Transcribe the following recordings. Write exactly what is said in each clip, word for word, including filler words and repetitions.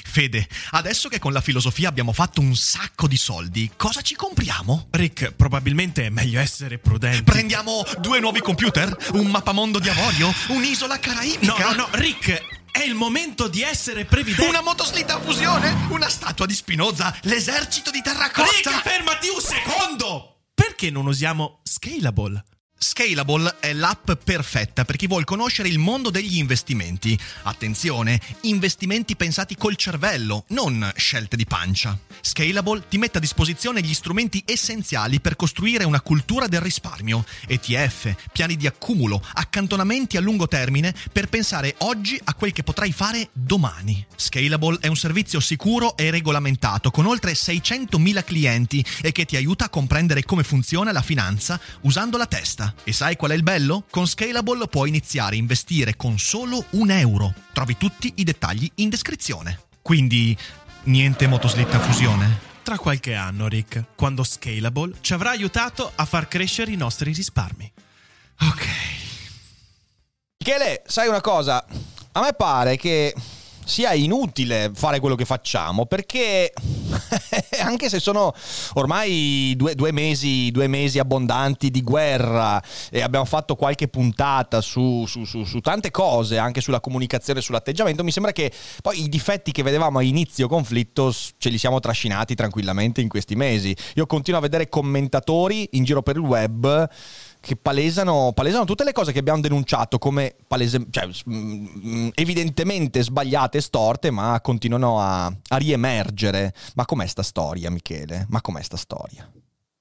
Fede, adesso che con la filosofia abbiamo fatto un sacco di soldi, cosa ci compriamo? Rick, probabilmente è meglio essere prudenti. Prendiamo due nuovi computer? Un mappamondo di avorio? Un'isola caraibica? No, no, no, Rick, è il momento di essere previdenti. Una motoslitta a fusione? Una statua di Spinoza? L'esercito di terracotta? Rick, fermati un secondo! Perché non usiamo Scalable? Scalable è l'app perfetta per chi vuol conoscere il mondo degli investimenti. Attenzione, investimenti pensati col cervello, non scelte di pancia. Scalable ti mette a disposizione gli strumenti essenziali per costruire una cultura del risparmio, E T F, piani di accumulo, accantonamenti a lungo termine per pensare oggi a quel che potrai fare domani. Scalable è un servizio sicuro e regolamentato con oltre seicentomila clienti e che ti aiuta a comprendere come funziona la finanza usando la testa. E sai qual è il bello? Con Scalable puoi iniziare a investire con solo un euro. Trovi tutti i dettagli in descrizione. Quindi, niente motoslitta a fusione? Tra qualche anno, Rick, quando Scalable ci avrà aiutato a far crescere i nostri risparmi. Ok. Michele, sai una cosa? A me pare che sia inutile fare quello che facciamo, perché anche se sono ormai due, due mesi due mesi abbondanti di guerra e abbiamo fatto qualche puntata su, su, su, su tante cose, anche sulla comunicazione, sull'atteggiamento, mi sembra che poi i difetti che vedevamo a inizio conflitto ce li siamo trascinati tranquillamente in questi mesi. Io continuo a vedere commentatori in giro per il web che palesano, palesano tutte le cose che abbiamo denunciato come palese, cioè, evidentemente sbagliate e storte, ma continuano a, a riemergere. Ma com'è sta storia, Michele? Ma com'è sta storia?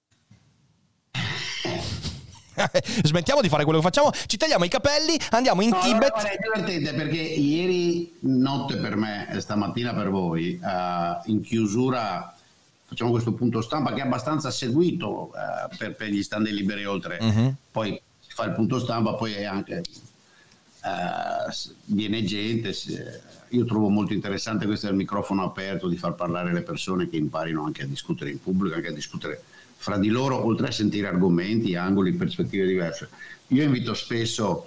Smettiamo di fare quello che facciamo, ci tagliamo i capelli, andiamo in no, Tibet. Allora, è divertente perché ieri notte per me e stamattina per voi, uh, in chiusura facciamo questo punto stampa che è abbastanza seguito uh, per, per gli stand liberi oltre, uh-huh. Poi si fa il punto stampa, poi è anche uh, viene gente, si, io trovo molto interessante questo del microfono aperto, di far parlare le persone che imparino anche a discutere in pubblico, anche a discutere fra di loro, oltre a sentire argomenti, angoli, perspettive diverse. Io invito spesso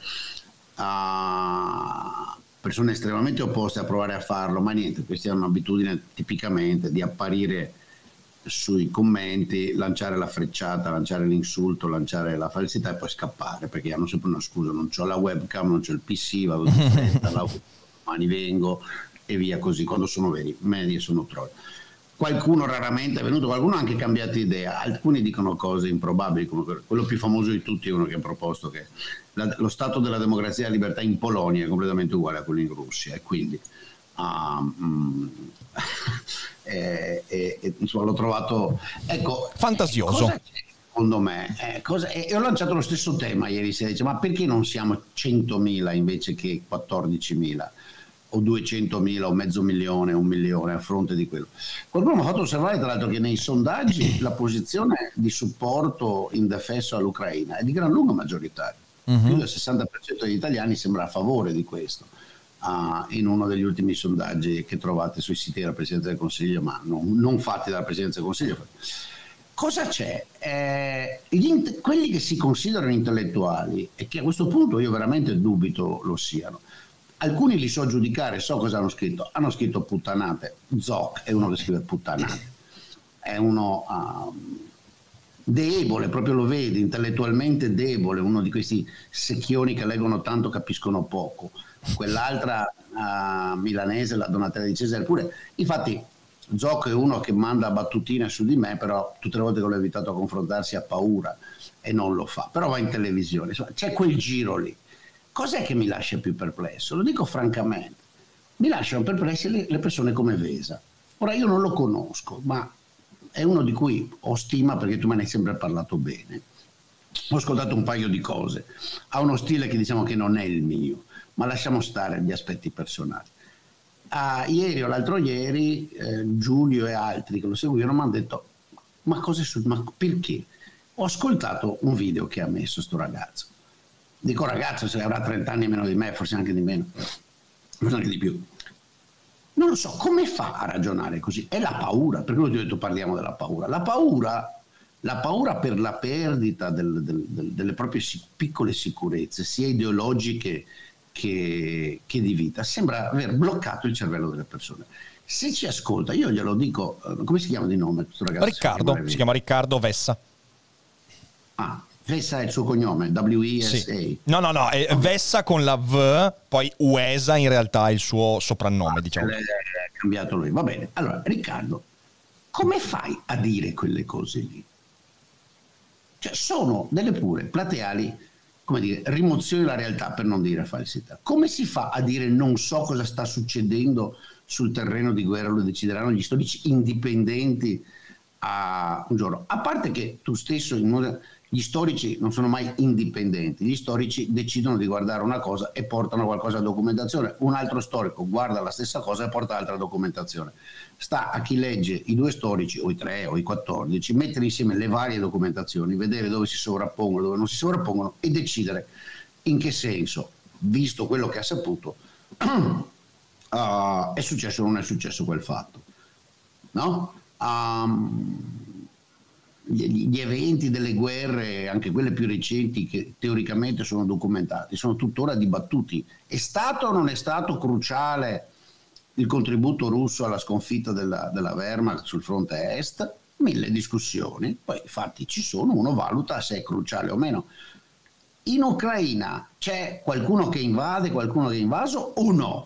a persone estremamente opposte a provare a farlo, ma niente, questa è un'abitudine tipicamente di apparire sui commenti, lanciare la frecciata, lanciare l'insulto, lanciare la falsità e poi scappare, perché hanno sempre una scusa: non c'ho la webcam, non c'ho il P C, vado di fretta, la, domani vengo e via così. Quando sono veri, medie sono troll. Qualcuno raramente è venuto, qualcuno ha anche cambiato idea, alcuni dicono cose improbabili, come quello più famoso di tutti è uno che ha proposto che la, lo stato della democrazia e della libertà in Polonia è completamente uguale a quello in Russia, e quindi uh, um, E, e, e, insomma, l'ho trovato, ecco, fantasioso. Cosa c'è, secondo me, eh, cosa, e ho lanciato lo stesso tema ieri sera, dice, ma perché non siamo centomila invece che quattordicimila o duecentomila o mezzo milione, un milione a fronte di quello? Qualcuno mi ha fatto osservare tra l'altro che nei sondaggi la posizione di supporto indefesso all'Ucraina è di gran lunga maggioritaria, uh-huh. Più del sessanta per cento degli italiani sembra a favore di questo. Uh, in uno degli ultimi sondaggi che trovate sui siti della Presidenza del Consiglio, ma non, non fatti dalla Presidenza del Consiglio. Cosa c'è? Eh, gli, quelli che si considerano intellettuali, e che a questo punto io veramente dubito lo siano, alcuni li so giudicare, so cosa hanno scritto. Hanno scritto puttanate. Zoc è uno che scrive puttanate, è uno uh, debole, proprio lo vedi, intellettualmente debole, uno di questi secchioni che leggono tanto capiscono poco. Quell'altra uh, milanese, la Donatella di Cesare, pure. Infatti Zoc è uno che manda battutine su di me, però tutte le volte che l'ho invitato a confrontarsi ha paura e non lo fa, però va in televisione. Insomma, c'è quel giro lì. Cos'è che mi lascia più perplesso? Lo dico francamente, mi lasciano perplessi le, le persone come Vesa. Ora, io non lo conosco, ma è uno di cui ho stima perché tu me ne hai sempre parlato bene. Ho ascoltato un paio di cose, ha uno stile che diciamo che non è il mio, ma lasciamo stare gli aspetti personali. Ah, ieri o l'altro ieri eh, Giulio e altri che lo seguivano mi hanno detto: ma cosa è su- ma perché? Ho ascoltato un video che ha messo sto ragazzo, dico ragazzo, se avrà trenta anni meno di me, forse anche di meno, forse anche di più, non lo so come fa a ragionare così. È la paura, per cui ti ho detto parliamo della paura. La paura, la paura per la perdita del, del, del, delle proprie piccole sicurezze, sia ideologiche che, che di vita. Sembra aver bloccato il cervello delle persone. Se ci ascolta, io glielo dico, come si chiama di nome questo ragazzo? Riccardo, si chiama Riccardo Vessa. Ah, Vessa è il suo cognome, W E S A. Sì. No, no, no, è Vessa con la V, poi Uesa in realtà è il suo soprannome, ah, diciamo. È cambiato lui, va bene. Allora, Riccardo, come fai a dire quelle cose lì? Cioè, sono delle pure plateali, come dire, rimozioni della realtà, per non dire falsità. Come si fa a dire non so cosa sta succedendo sul terreno di guerra, lo decideranno gli storici indipendenti a un giorno? A parte che tu stesso, in modo, gli storici non sono mai indipendenti, gli storici decidono di guardare una cosa e portano qualcosa a documentazione, un altro storico guarda la stessa cosa e porta altra documentazione. Sta a chi legge i due storici, o i tre o i quattordici, mettere insieme le varie documentazioni, vedere dove si sovrappongono, dove non si sovrappongono e decidere in che senso, visto quello che ha saputo, uh, è successo o non è successo quel fatto, no? Um, gli, gli eventi delle guerre, anche quelle più recenti che teoricamente sono documentati, sono tuttora dibattuti. È stato o non è stato cruciale il contributo russo alla sconfitta della, della Wehrmacht sul fronte est? Mille discussioni, poi fatti ci sono, uno valuta se è cruciale o meno. In Ucraina c'è qualcuno che invade, qualcuno che è invaso o no?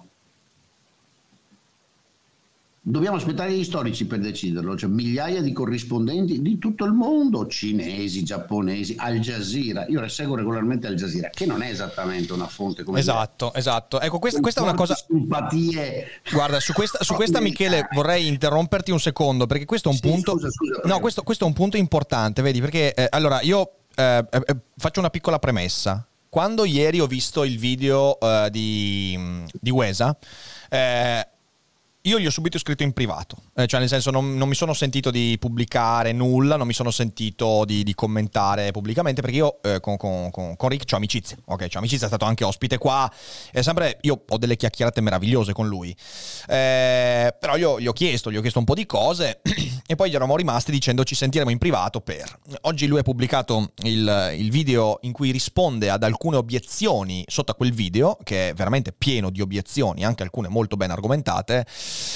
Dobbiamo aspettare gli storici per deciderlo, cioè migliaia di corrispondenti di tutto il mondo, cinesi, giapponesi, Al Jazeera. Io le seguo regolarmente Al Jazeera, che non è esattamente una fonte come esatto, dire. Esatto. Ecco, questa, questa è una cosa. Simpatie. Guarda, su questa, su questa Michele vorrei interromperti un secondo, perché questo è un sì, punto. Scusa, scusa, no, questo, questo è un punto importante, vedi? Perché eh, allora io eh, eh, faccio una piccola premessa. Quando ieri ho visto il video eh, di, di Uesa, eh, io gli ho subito scritto in privato, eh, cioè nel senso non, non mi sono sentito di pubblicare nulla, non mi sono sentito di, di commentare pubblicamente, perché io eh, con, con, con, con Rick c'ho amicizia, ok, c'ho amicizia, è stato anche ospite qua, è sempre, io ho delle chiacchierate meravigliose con lui, eh, però io gli ho chiesto, gli ho chiesto un po' di cose e poi gli eravamo rimasti dicendo ci sentiremo in privato per. Oggi lui ha pubblicato il, il video in cui risponde ad alcune obiezioni sotto a quel video, che è veramente pieno di obiezioni, anche alcune molto ben argomentate,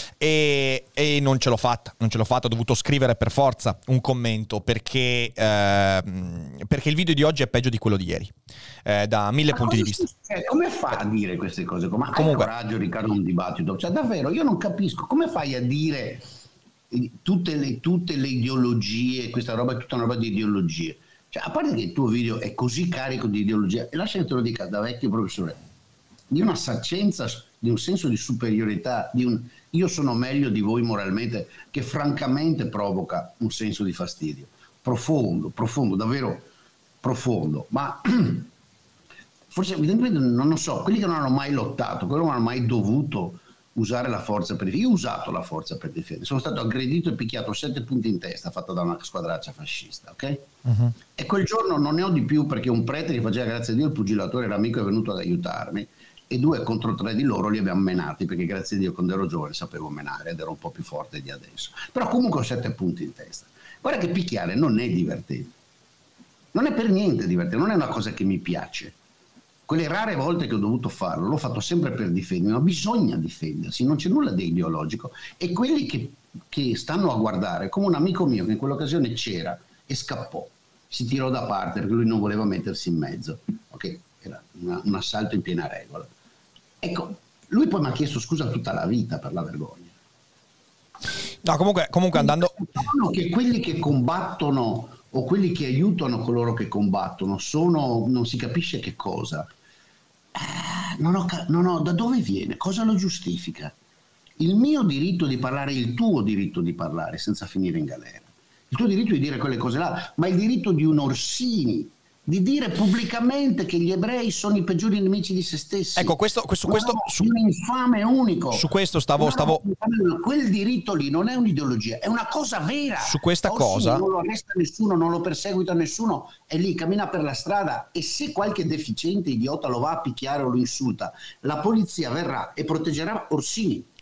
E, e non ce l'ho fatta, non ce l'ho fatta, ho dovuto scrivere per forza un commento perché, eh, perché il video di oggi è peggio di quello di ieri, eh, da mille Ma punti di vista. Cioè, come fa a dire queste cose? Come Comunque, hai coraggio, Riccardo, un dibattito? Cioè, davvero, io non capisco come fai a dire tutte le, tutte le ideologie, questa roba è tutta una roba di ideologie. Cioè, a parte che il tuo video è così carico di ideologia, e lascia che te lo dica da vecchio professore, di una saccenza, di un senso di superiorità, di un io sono meglio di voi moralmente, che francamente provoca un senso di fastidio profondo, profondo, davvero profondo. Ma forse evidentemente non lo so, quelli che non hanno mai lottato, quelli che non hanno mai dovuto usare la forza per difendere. Io ho usato la forza per difendere, sono stato aggredito e picchiato sette punti in testa fatta da una squadraccia fascista, ok? Uh-huh. E quel giorno non ne ho di più perché un prete che faceva, grazie a Dio, il pugilatore, era amico, è venuto ad aiutarmi, e due contro tre di loro li abbiamo menati, perché grazie a Dio quando ero giovane sapevo menare ed ero un po' più forte di adesso, però comunque ho sette punti in testa. Guarda che picchiare non è divertente, non è per niente divertente, non è una cosa che mi piace. Quelle rare volte che ho dovuto farlo l'ho fatto sempre per difendere, ma bisogna difendersi, non c'è nulla di ideologico. E quelli che, che stanno a guardare, come un amico mio che in quell'occasione c'era e scappò, si tirò da parte perché lui non voleva mettersi in mezzo, ok? Era una, un assalto in piena regola. Ecco, lui poi mi ha chiesto scusa tutta la vita per la vergogna. No, comunque, comunque andando... Che quelli che combattono o quelli che aiutano coloro che combattono sono, non si capisce che cosa. Eh, non ho, non ho, da dove viene? Cosa lo giustifica? Il mio diritto di parlare, il tuo diritto di parlare senza finire in galera. Il tuo diritto di dire quelle cose là, ma il diritto di un Orsini di dire pubblicamente che gli ebrei sono i peggiori nemici di se stessi. Ecco, questo, questo, questo no, su, un infame unico. Su questo stavo, no, stavo... Quel diritto lì non è un'ideologia, è una cosa vera. Su questa Orsini cosa... non lo arresta nessuno, non lo perseguita nessuno, è lì, cammina per la strada, e se qualche deficiente idiota lo va a picchiare o lo insulta, la polizia verrà e proteggerà Orsini.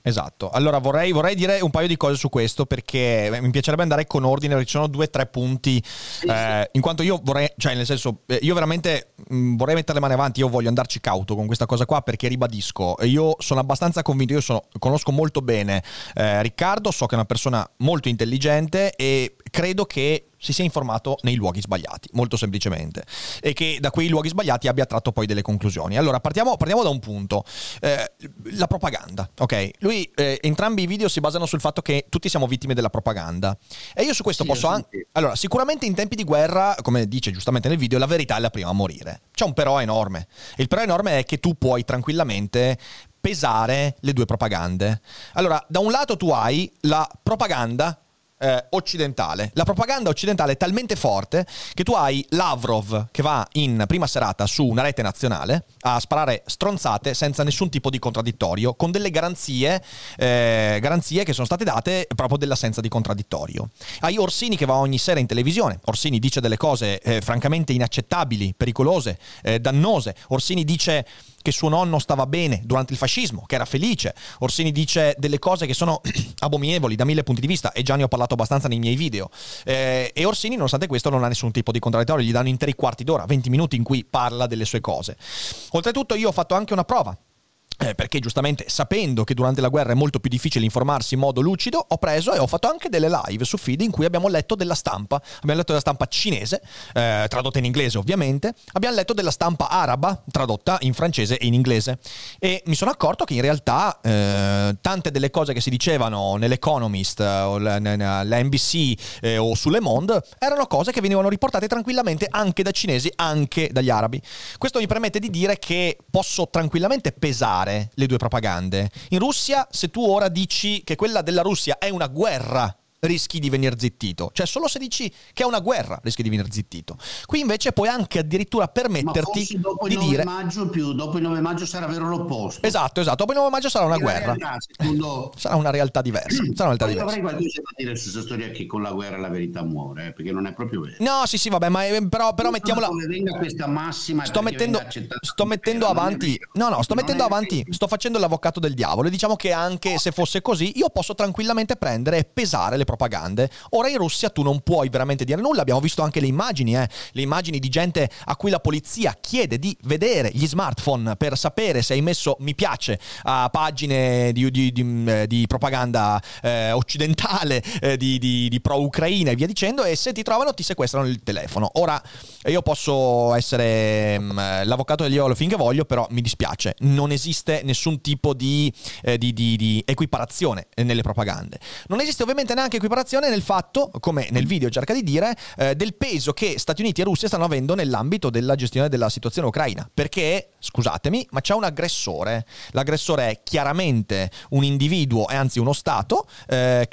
Esatto. Allora vorrei, vorrei dire un paio di cose su questo, perché mi piacerebbe andare con ordine, perché ci sono due o tre punti, eh, in quanto io vorrei, cioè nel senso, io veramente mh, vorrei mettere le mani avanti, io voglio andarci cauto con questa cosa qua, perché ribadisco, io sono abbastanza convinto, io sono, conosco molto bene eh, Riccardo, so che è una persona molto intelligente e credo che si sia informato nei luoghi sbagliati, molto semplicemente, e che da quei luoghi sbagliati abbia tratto poi delle conclusioni. Allora partiamo, partiamo da un punto, eh, la propaganda, ok? Lui, eh, entrambi i video si basano sul fatto che tutti siamo vittime della propaganda, e io su questo sì, posso anche... Allora, sicuramente in tempi di guerra, come dice giustamente nel video, la verità è la prima a morire. C'è un però enorme, il però enorme è che tu puoi tranquillamente pesare le due propagande. Allora, da un lato tu hai la propaganda Eh, occidentale. La propaganda occidentale è talmente forte che tu hai Lavrov che va in prima serata su una rete nazionale a sparare stronzate senza nessun tipo di contraddittorio, con delle garanzie eh, garanzie che sono state date proprio dell'assenza di contraddittorio. Hai Orsini che va ogni sera in televisione. Orsini dice delle cose eh, francamente inaccettabili, pericolose, eh, dannose. Orsini dice che suo nonno stava bene durante il fascismo, che era felice. Orsini dice delle cose che sono abominevoli da mille punti di vista, e già ne ho parlato abbastanza nei miei video. Eh, e Orsini, nonostante questo, non ha nessun tipo di contraddittorio, gli danno interi quarti d'ora, venti minuti in cui parla delle sue cose. Oltretutto io ho fatto anche una prova. Eh, perché giustamente, sapendo che durante la guerra è molto più difficile informarsi in modo lucido, ho preso e ho fatto anche delle live su feed in cui abbiamo letto della stampa, abbiamo letto della stampa cinese, eh, tradotta in inglese ovviamente, abbiamo letto della stampa araba, tradotta in francese e in inglese, e mi sono accorto che in realtà eh, tante delle cose che si dicevano nell'Economist, eh, o l'N B C eh, o su Le Monde erano cose che venivano riportate tranquillamente anche da cinesi, anche dagli arabi. Questo mi permette di dire che posso tranquillamente pesare le due propagande. In Russia, se tu ora dici che quella della Russia è una guerra, rischi di venir zittito. Cioè solo se dici che è una guerra rischi di venir zittito. Qui invece puoi anche addirittura permetterti dopo di il nove dire maggio più dopo il nove maggio sarà vero l'opposto. esatto, esatto, dopo il nove maggio sarà una guerra, realtà, secondo... sarà una realtà diversa, sarà una realtà Poi diversa. avrei qualcosa da dire su questa storia che con la guerra la verità muore, eh, perché non è proprio vero. No, sì, sì, vabbè, ma eh, però, però mettiamola. Come venga questa massima, Sto mettendo, sto mettendo vera, avanti. No, no, sto non mettendo è avanti. vero. Sto facendo l'avvocato del diavolo. E diciamo che anche se fosse così, io posso tranquillamente prendere e pesare le propagande. Ora in Russia tu non puoi veramente dire nulla. Abbiamo visto anche le immagini, eh, le immagini di gente a cui la polizia chiede di vedere gli smartphone per sapere se hai messo mi piace a pagine di, di, di, di propaganda eh, occidentale, eh, di, di, di pro-Ucraina e via dicendo, e se ti trovano ti sequestrano il telefono. Ora io posso essere mh, l'avvocato del diavolo finché voglio, però mi dispiace, non esiste nessun tipo di, eh, di, di, di equiparazione nelle propagande. Non esiste ovviamente neanche equiparazione nel fatto, come nel video cerca di dire, eh, del peso che Stati Uniti e Russia stanno avendo nell'ambito della gestione della situazione ucraina. Perché, scusatemi, ma c'è un aggressore. L'aggressore è chiaramente un individuo, e anzi uno Stato, eh,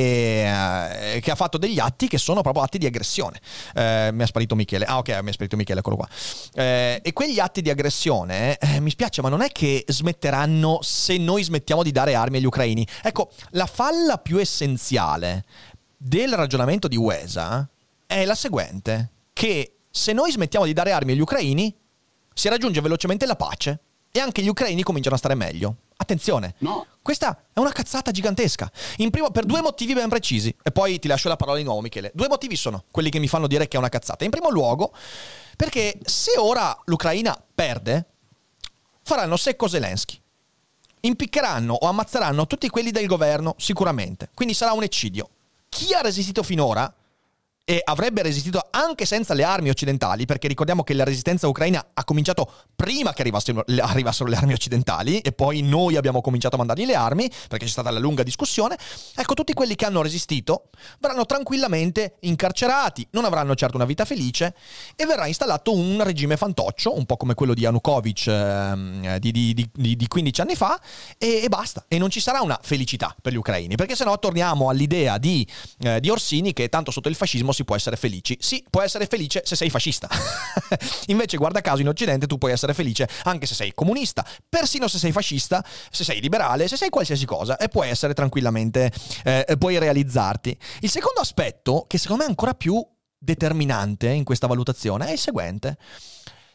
che, eh, che ha fatto degli atti che sono proprio atti di aggressione. Eh, mi ha sparito Michele. Ah, ok, mi ha sparito Michele, eccolo qua. Eh, e quegli atti di aggressione, eh, mi spiace, ma non è che smetteranno se noi smettiamo di dare armi agli ucraini. Ecco, la falla più essenziale del ragionamento di Wesa è la seguente: che se noi smettiamo di dare armi agli ucraini si raggiunge velocemente la pace e anche gli ucraini cominciano a stare meglio. Attenzione, No. Questa è una cazzata gigantesca. In primo, per due motivi ben precisi, e poi ti lascio la parola di nuovo, Michele. Due motivi sono quelli che mi fanno dire che è una cazzata. In primo luogo, perché se ora l'Ucraina perde, faranno secco Zelensky, impiccheranno o ammazzeranno tutti quelli del governo sicuramente, quindi sarà un eccidio. Chi ha resistito finora, e avrebbe resistito anche senza le armi occidentali, perché ricordiamo che la resistenza ucraina ha cominciato prima che arrivassero, arrivassero le armi occidentali, e poi noi abbiamo cominciato a mandargli le armi perché c'è stata la lunga discussione. Ecco, tutti quelli che hanno resistito verranno tranquillamente incarcerati, non avranno certo una vita felice, e verrà installato un regime fantoccio, un po' come quello di Yanukovych eh, di, di, di, di quindici anni fa, e, e basta. E non ci sarà una felicità per gli ucraini, perché sennò torniamo all'idea di, eh, di Orsini che tanto sotto il fascismo si può essere felici. Sì, puoi essere felice se sei fascista. Invece, guarda caso, in Occidente tu puoi essere felice anche se sei comunista, persino se sei fascista, se sei liberale, se sei qualsiasi cosa, e puoi essere tranquillamente, eh, puoi realizzarti. Il secondo aspetto, che secondo me è ancora più determinante in questa valutazione, è il seguente: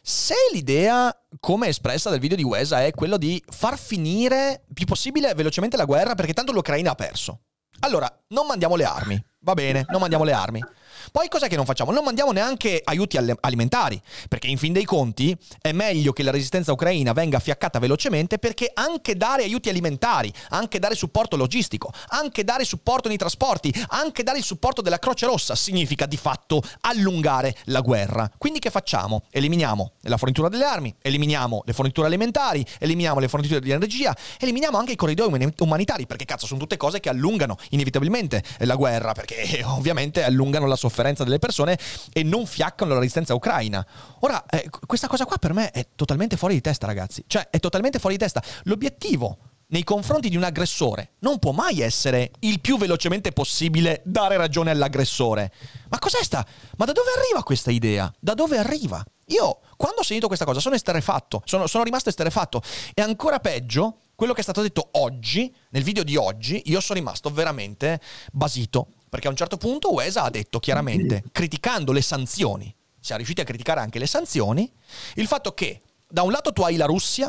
Se l'idea, come espressa dal video di Wesa, è quello di far finire più possibile velocemente la guerra perché tanto l'Ucraina ha perso, allora non mandiamo le armi, va bene, non mandiamo le armi. Poi cos'è che non facciamo? Non mandiamo neanche aiuti alimentari, perché in fin dei conti è meglio che la resistenza ucraina venga fiaccata velocemente, perché anche dare aiuti alimentari, anche dare supporto logistico, anche dare supporto nei trasporti, anche dare il supporto della Croce Rossa significa di fatto allungare la guerra. Quindi che facciamo? Eliminiamo la fornitura delle armi, eliminiamo le forniture alimentari, eliminiamo le forniture di energia, eliminiamo anche i corridoi umanitari, perché cazzo sono tutte cose che allungano inevitabilmente la guerra, perché ovviamente allungano la sofferenza delle persone e non fiaccano la resistenza ucraina. Ora, eh, questa cosa qua per me è totalmente fuori di testa, ragazzi. Cioè, è totalmente fuori di testa. L'obiettivo nei confronti di un aggressore non può mai essere il più velocemente possibile dare ragione all'aggressore. Ma cos'è sta? Ma da dove arriva questa idea? Da dove arriva? Io, quando ho sentito questa cosa, sono esterrefatto. Sono, sono rimasto esterrefatto. E ancora peggio, quello che è stato detto oggi, nel video di oggi, io sono rimasto veramente basito. Perché a un certo punto Wesa ha detto chiaramente, criticando le sanzioni, siamo riusciti a criticare anche le sanzioni, il fatto che da un lato tu hai la Russia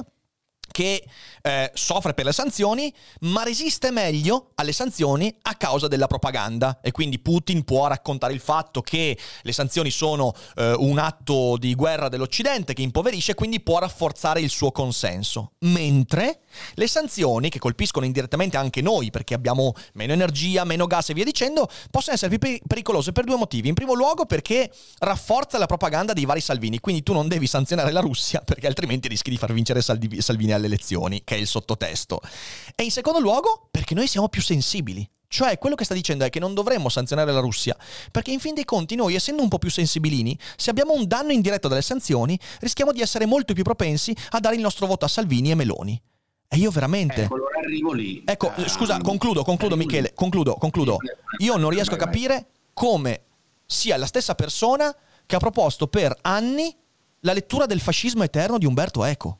che eh, soffre per le sanzioni, ma resiste meglio alle sanzioni a causa della propaganda. E quindi Putin può raccontare il fatto che le sanzioni sono eh, un atto di guerra dell'Occidente che impoverisce, e quindi può rafforzare il suo consenso. Mentre le sanzioni, che colpiscono indirettamente anche noi, perché abbiamo meno energia, meno gas e via dicendo, possono essere più pericolose per due motivi. In primo luogo perché rafforza la propaganda dei vari Salvini, quindi tu non devi sanzionare la Russia, perché altrimenti rischi di far vincere Saldi- Salvini alle elezioni, che è il sottotesto. E in secondo luogo perché noi siamo più sensibili. Cioè, quello che sta dicendo è che non dovremmo sanzionare la Russia, perché in fin dei conti noi, essendo un po' più sensibilini, se abbiamo un danno indiretto dalle sanzioni, rischiamo di essere molto più propensi a dare il nostro voto a Salvini e Meloni. E io veramente... Ecco, allora arrivo lì. Ecco, uh, scusa, concludo, concludo Michele, concludo, concludo. Io non riesco a capire come sia la stessa persona che ha proposto per anni la lettura del fascismo eterno di Umberto Eco.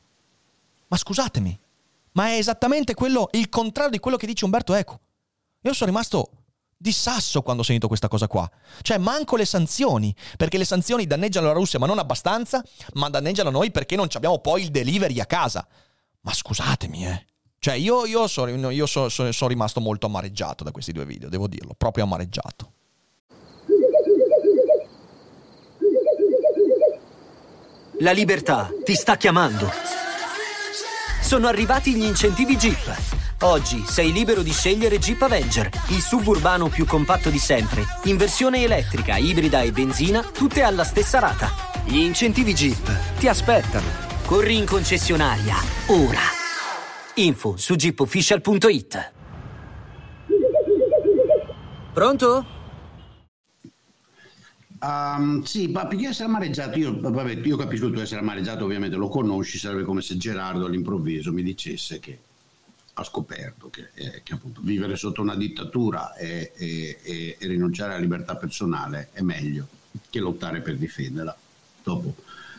Ma scusatemi, ma è esattamente quello, il contrario di quello che dice Umberto Eco. Io sono rimasto di sasso quando ho sentito questa cosa qua. Cioè, manco le sanzioni, perché le sanzioni danneggiano la Russia, ma non abbastanza, ma danneggiano noi perché non abbiamo poi il delivery a casa. Ma scusatemi, eh. Cioè, io, io, sono, io so, so, sono rimasto molto amareggiato da questi due video, devo dirlo, proprio amareggiato. La libertà ti sta chiamando. Sono arrivati gli incentivi Jeep. Oggi sei libero di scegliere Jeep Avenger, il suburbano più compatto di sempre, in versione elettrica, ibrida e benzina, tutte alla stessa rata. Gli incentivi Jeep ti aspettano. Corri in concessionaria, ora. Info su jeep official punto it. Pronto? Um, sì, ma perché essere amareggiato? Io, vabbè, io capisco tu essere amareggiato, ovviamente lo conosci, sarebbe come se Gerardo all'improvviso mi dicesse che ha scoperto che, eh, che appunto vivere sotto una dittatura e, e, e, e rinunciare alla libertà personale è meglio che lottare per difenderla. Dopo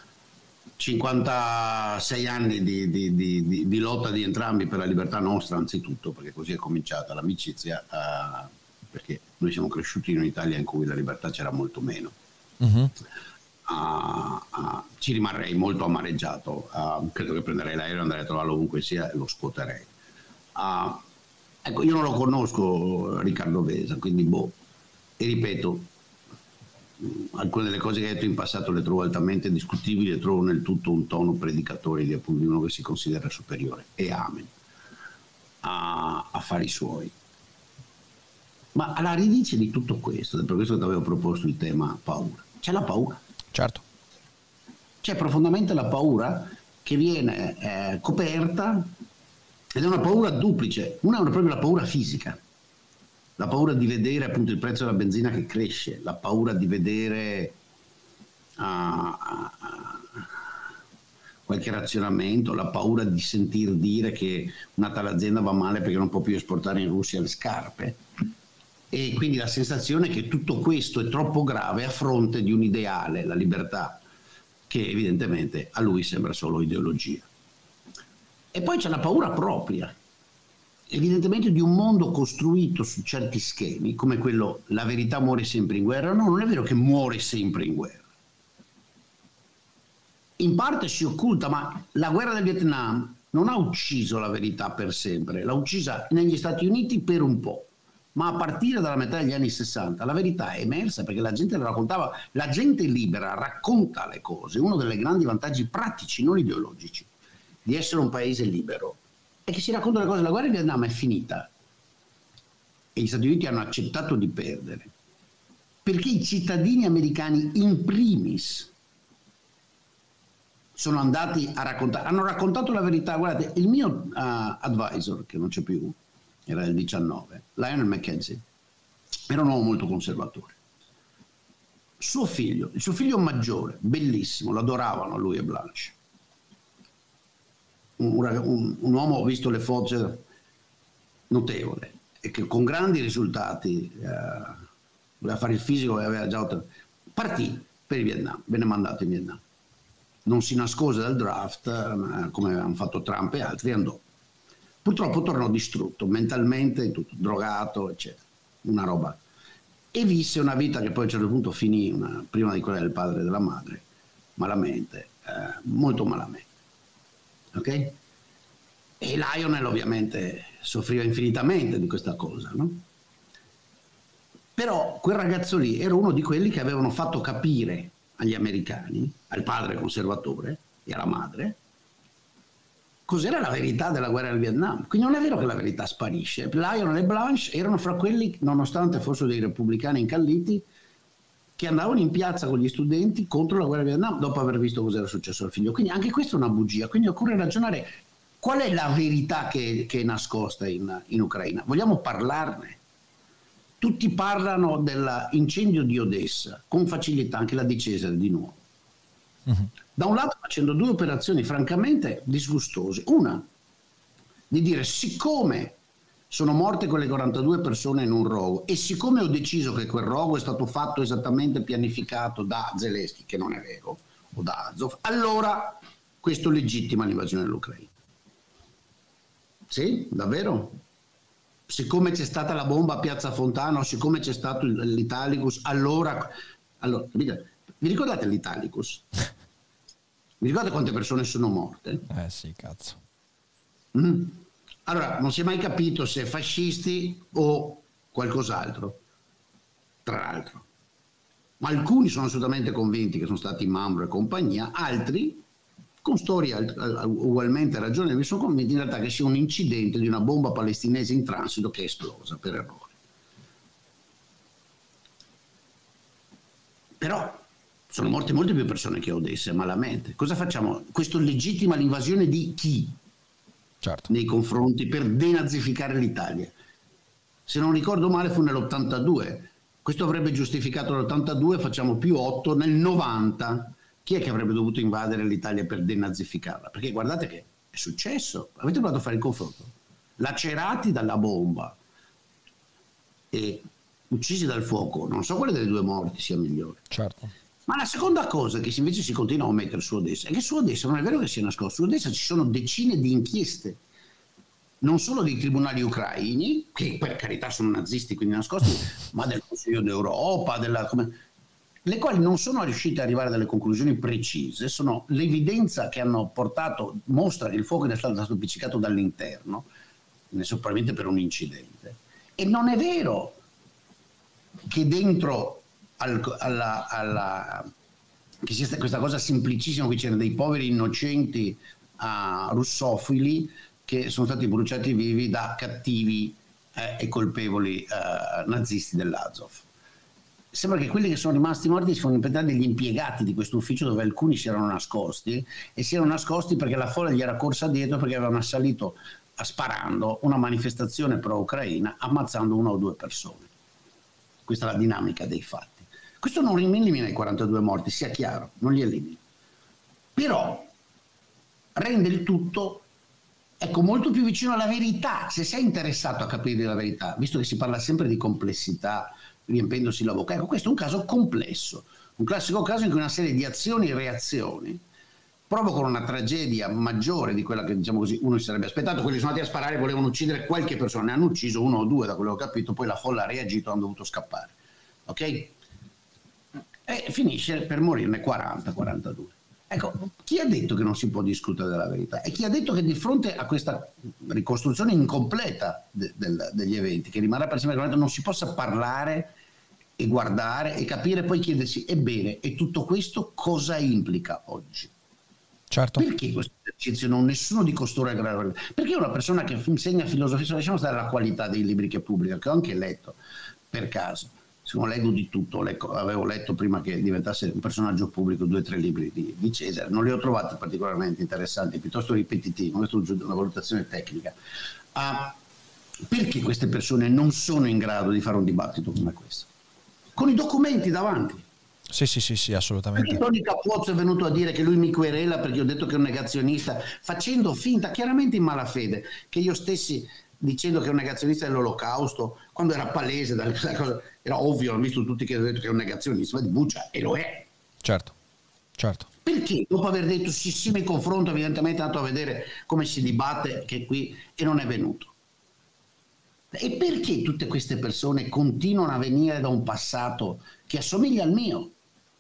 cinquantasei anni di, di, di, di, di lotta di entrambi per la libertà nostra, anzitutto, perché così è cominciata l'amicizia, uh, perché noi siamo cresciuti in un'Italia in cui la libertà c'era molto meno. Uh-huh. Uh, uh, ci rimarrei molto amareggiato, uh, credo che prenderei l'aereo, andrei a trovarlo ovunque sia e lo scuoterei. Uh, ecco, io non lo conosco Riccardo Wesa, quindi boh, e ripeto, alcune delle cose che hai detto in passato le trovo altamente discutibili e trovo nel tutto un tono predicatorio di, appunto, di uno che si considera superiore, e amen, a affari suoi. Ma alla radice di tutto questo, per questo che ti avevo proposto il tema paura, c'è la paura. Certo. C'è profondamente la paura che viene eh, coperta, ed è una paura duplice. Una è proprio la paura fisica, la paura di vedere appunto il prezzo della benzina che cresce, la paura di vedere uh, uh, qualche razionamento, la paura di sentir dire che una tale azienda va male perché non può più esportare in Russia le scarpe, e quindi la sensazione che tutto questo è troppo grave a fronte di un ideale, la libertà, che evidentemente a lui sembra solo ideologia. E poi c'è la paura propria, evidentemente, di un mondo costruito su certi schemi, come quello la verità muore sempre in guerra. No, non è vero che muore sempre in guerra. in parte si occulta, ma la guerra del Vietnam non ha ucciso la verità per sempre, l'ha uccisa negli Stati Uniti per un po'. Ma a partire dalla metà degli anni sessanta la verità è emersa perché la gente la raccontava, la gente libera racconta le cose. Uno dei grandi vantaggi pratici, non ideologici, di essere un paese libero è che si raccontano le cose. La guerra in Vietnam è finita e gli Stati Uniti hanno accettato di perdere perché i cittadini americani in primis sono andati a raccontare, hanno raccontato la verità. Guardate, il mio uh, advisor, che non c'è più, era del diciannove, Lionel McKenzie, era un uomo molto conservatore. Suo figlio, il suo figlio maggiore, bellissimo, lo adoravano lui e Blanche. Un, un, un uomo, ho visto le foto, notevole, e che con grandi risultati, eh, voleva fare il fisico e aveva già ottenuto. Partì per il Vietnam, venne mandato in Vietnam. Non si nascose dal draft, eh, come hanno fatto Trump e altri, andò. Purtroppo tornò distrutto, mentalmente, tutto drogato, eccetera. Una roba. E visse una vita che poi a un certo punto finì, una, prima di quella del padre e della madre, malamente, eh, molto malamente. Ok? E Lionel ovviamente soffriva infinitamente di questa cosa, no? Però quel ragazzo lì era uno di quelli che avevano fatto capire agli americani, al padre conservatore e alla madre, cos'era la verità della guerra del Vietnam. Quindi non è vero che la verità sparisce. Lionel e Blanche erano fra quelli, nonostante fossero dei repubblicani incalliti, che andavano in piazza con gli studenti contro la guerra del Vietnam dopo aver visto cosa era successo al figlio. Quindi anche questa è una bugia. Quindi occorre ragionare qual è la verità che, che è nascosta in, in Ucraina. Vogliamo parlarne? Tutti parlano dell'incendio di Odessa con facilità, anche la di Cesare di nuovo. Uh-huh. Da un lato facendo due operazioni francamente disgustose. Una, di dire siccome sono morte quelle quarantadue persone in un rogo e siccome ho deciso che quel rogo è stato fatto esattamente pianificato da Zelensky, che non è vero, o da Azov, allora questo legittima l'invasione dell'Ucraina. Sì, davvero? Siccome c'è stata la bomba a Piazza Fontana o siccome c'è stato l'Italicus, allora... allora vi ricordate l'Italicus? Vi ricordate quante persone sono morte? Eh sì, cazzo. Mm. Allora, non si è mai capito se fascisti o qualcos'altro, tra l'altro. Ma alcuni sono assolutamente convinti che sono stati Mambro e compagnia, altri, con storie ugualmente ragionevoli, sono convinti in realtà che sia un incidente di una bomba palestinese in transito che è esplosa per errore. Però sono morte molte più persone che a Odessa, malamente. Cosa facciamo? Questo legittima l'invasione di chi? Certo. Nei confronti per denazificare l'Italia. Se non ricordo male fu nell'ottantadue. Questo avrebbe giustificato l'ottantadue, facciamo più otto, nel novanta. Chi è che avrebbe dovuto invadere l'Italia per denazificarla? Perché guardate che è successo. Avete provato a fare il confronto? Lacerati dalla bomba e uccisi dal fuoco. Non so quale delle due morti sia migliore. Certo. Ma la seconda cosa che invece si continua a mettere su Odessa è che su Odessa non è vero che sia nascosto. Su Odessa ci sono decine di inchieste, non solo dei tribunali ucraini, che per carità sono nazisti quindi nascosti, ma del Consiglio d'Europa, della, come, le quali non sono riuscite ad arrivare a delle conclusioni precise. Sono l'evidenza che hanno portato, mostra che il fuoco è stato appiccicato dall'interno, probabilmente per un incidente. E non è vero che dentro al, alla, alla che sia questa cosa semplicissima, qui c'erano dei poveri innocenti uh, russofili che sono stati bruciati vivi da cattivi eh, e colpevoli uh, nazisti dell'Azov. Sembra che quelli che sono rimasti morti sono in realtà degli impiegati di questo ufficio dove alcuni si erano nascosti e si erano nascosti perché la folla gli era corsa dietro perché avevano assalito a, sparando una manifestazione pro-ucraina ammazzando una o due persone. Questa è la dinamica dei fatti. Questo non elimina i quarantadue morti, sia chiaro, non li elimina. Però rende il tutto, ecco, molto più vicino alla verità. Se sei interessato a capire la verità, visto che si parla sempre di complessità, riempendosi la bocca, ecco, questo è un caso complesso, un classico caso in cui una serie di azioni e reazioni provocano una tragedia maggiore di quella che, diciamo così, uno si sarebbe aspettato. Quelli sono andati a sparare e volevano uccidere qualche persona, ne hanno ucciso uno o due, da quello che ho capito, poi la folla ha reagito e hanno dovuto scappare. Ok? E finisce per morirne quaranta quarantadue. Ecco, chi ha detto che non si può discutere della verità? E chi ha detto che di fronte a questa ricostruzione incompleta de, del, degli eventi, che rimarrà per sempre non si possa parlare e guardare e capire, poi chiedersi, ebbene, e tutto questo cosa implica oggi? Certo. Perché questo esercizio non nessuno di costoro è grado? Perché una persona che insegna filosofia, lasciamo stare la qualità dei libri che pubblica, che ho anche letto per caso, insomma, leggo di tutto, leggo, avevo letto prima che diventasse un personaggio pubblico due o tre libri di, di Cesare, non li ho trovati particolarmente interessanti, piuttosto ripetitivi, questa è una valutazione tecnica. Ah, perché queste persone non sono in grado di fare un dibattito come questo? Con i documenti davanti. Sì, sì, sì, sì, assolutamente. Perché Tony Capozzo è venuto a dire che lui mi querela perché ho detto che è un negazionista, facendo finta, chiaramente in malafede, che io stessi dicendo che è un negazionista dell'Olocausto, quando era palese, dalle cose, era ovvio, hanno visto tutti che hanno detto che è un negazionista, ma di buccia, e lo è. Certo, certo. Perché dopo aver detto sì, sì, mi confronto, evidentemente è andato a vedere come si dibatte, che qui, e non è venuto. E perché tutte queste persone continuano a venire da un passato che assomiglia al mio?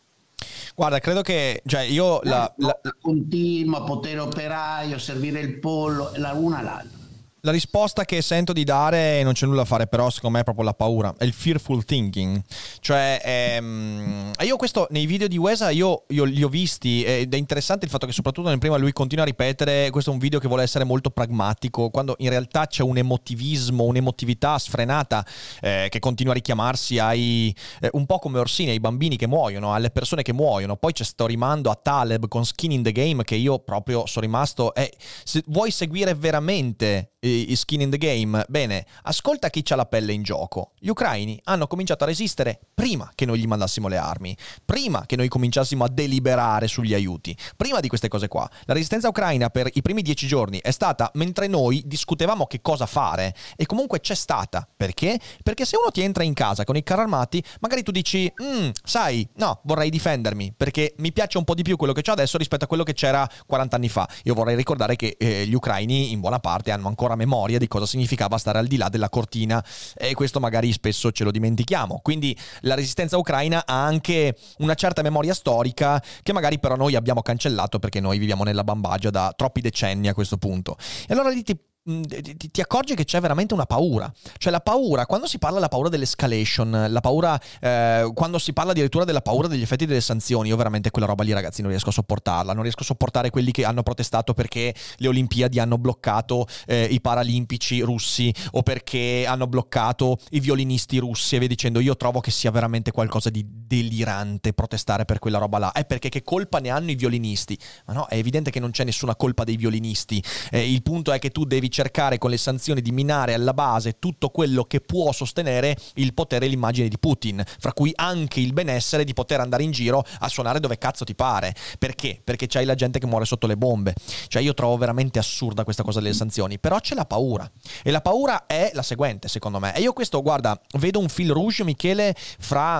Guarda, credo che, cioè io la, la... continua, potere operaio, servire il pollo, la una l'altra. La risposta che sento di dare, non c'è nulla da fare, però secondo me è proprio la paura, è il fearful thinking. Cioè, ehm, io questo nei video di Wesa io, io li ho visti ed è interessante il fatto che soprattutto nel prima lui continua a ripetere questo è un video che vuole essere molto pragmatico, quando in realtà c'è un emotivismo, un'emotività sfrenata eh, che continua a richiamarsi ai, eh, un po' come Orsini, ai bambini che muoiono, alle persone che muoiono. Poi c'è sto rimando a Taleb con Skin in the Game che io proprio sono rimasto, eh, se vuoi seguire veramente Skin in the Game, bene, ascolta chi c'ha la pelle in gioco. Gli ucraini hanno cominciato a resistere prima che noi gli mandassimo le armi, prima che noi cominciassimo a deliberare sugli aiuti, prima di queste cose qua. La resistenza ucraina per i primi dieci giorni è stata mentre noi discutevamo che cosa fare, e comunque c'è stata. Perché? Perché se uno ti entra in casa con i carri armati, magari tu dici mm, sai, no, vorrei difendermi perché mi piace un po' di più quello che c'ho adesso rispetto a quello che c'era quaranta anni fa. Io vorrei ricordare che eh, gli ucraini in buona parte hanno ancora memoria di cosa significava stare al di là della cortina, e questo magari spesso ce lo dimentichiamo. Quindi la resistenza ucraina ha anche una certa memoria storica che magari però noi abbiamo cancellato perché noi viviamo nella bambagia da troppi decenni a questo punto. E allora lì ti Ti, ti accorgi che c'è veramente una paura, cioè la paura, quando si parla della paura dell'escalation, la paura eh, quando si parla addirittura della paura degli effetti delle sanzioni, io veramente quella roba lì, ragazzi, non riesco a sopportarla, non riesco a sopportare quelli che hanno protestato perché le Olimpiadi hanno bloccato eh, i paralimpici russi o perché hanno bloccato i violinisti russi e via dicendo. Io trovo che sia veramente qualcosa di delirante protestare per quella roba là. È perché che colpa ne hanno i violinisti? Ma no, è evidente che non c'è nessuna colpa dei violinisti, eh, il punto è che tu devi cercare con le sanzioni di minare alla base tutto quello che può sostenere il potere e l'immagine di Putin, fra cui anche il benessere di poter andare in giro a suonare dove cazzo ti pare. Perché? Perché c'hai la gente che muore sotto le bombe. Cioè io trovo veramente assurda questa cosa delle sanzioni, però c'è la paura, e la paura è la seguente secondo me. E io questo, guarda, vedo un fil rouge, Michele, fra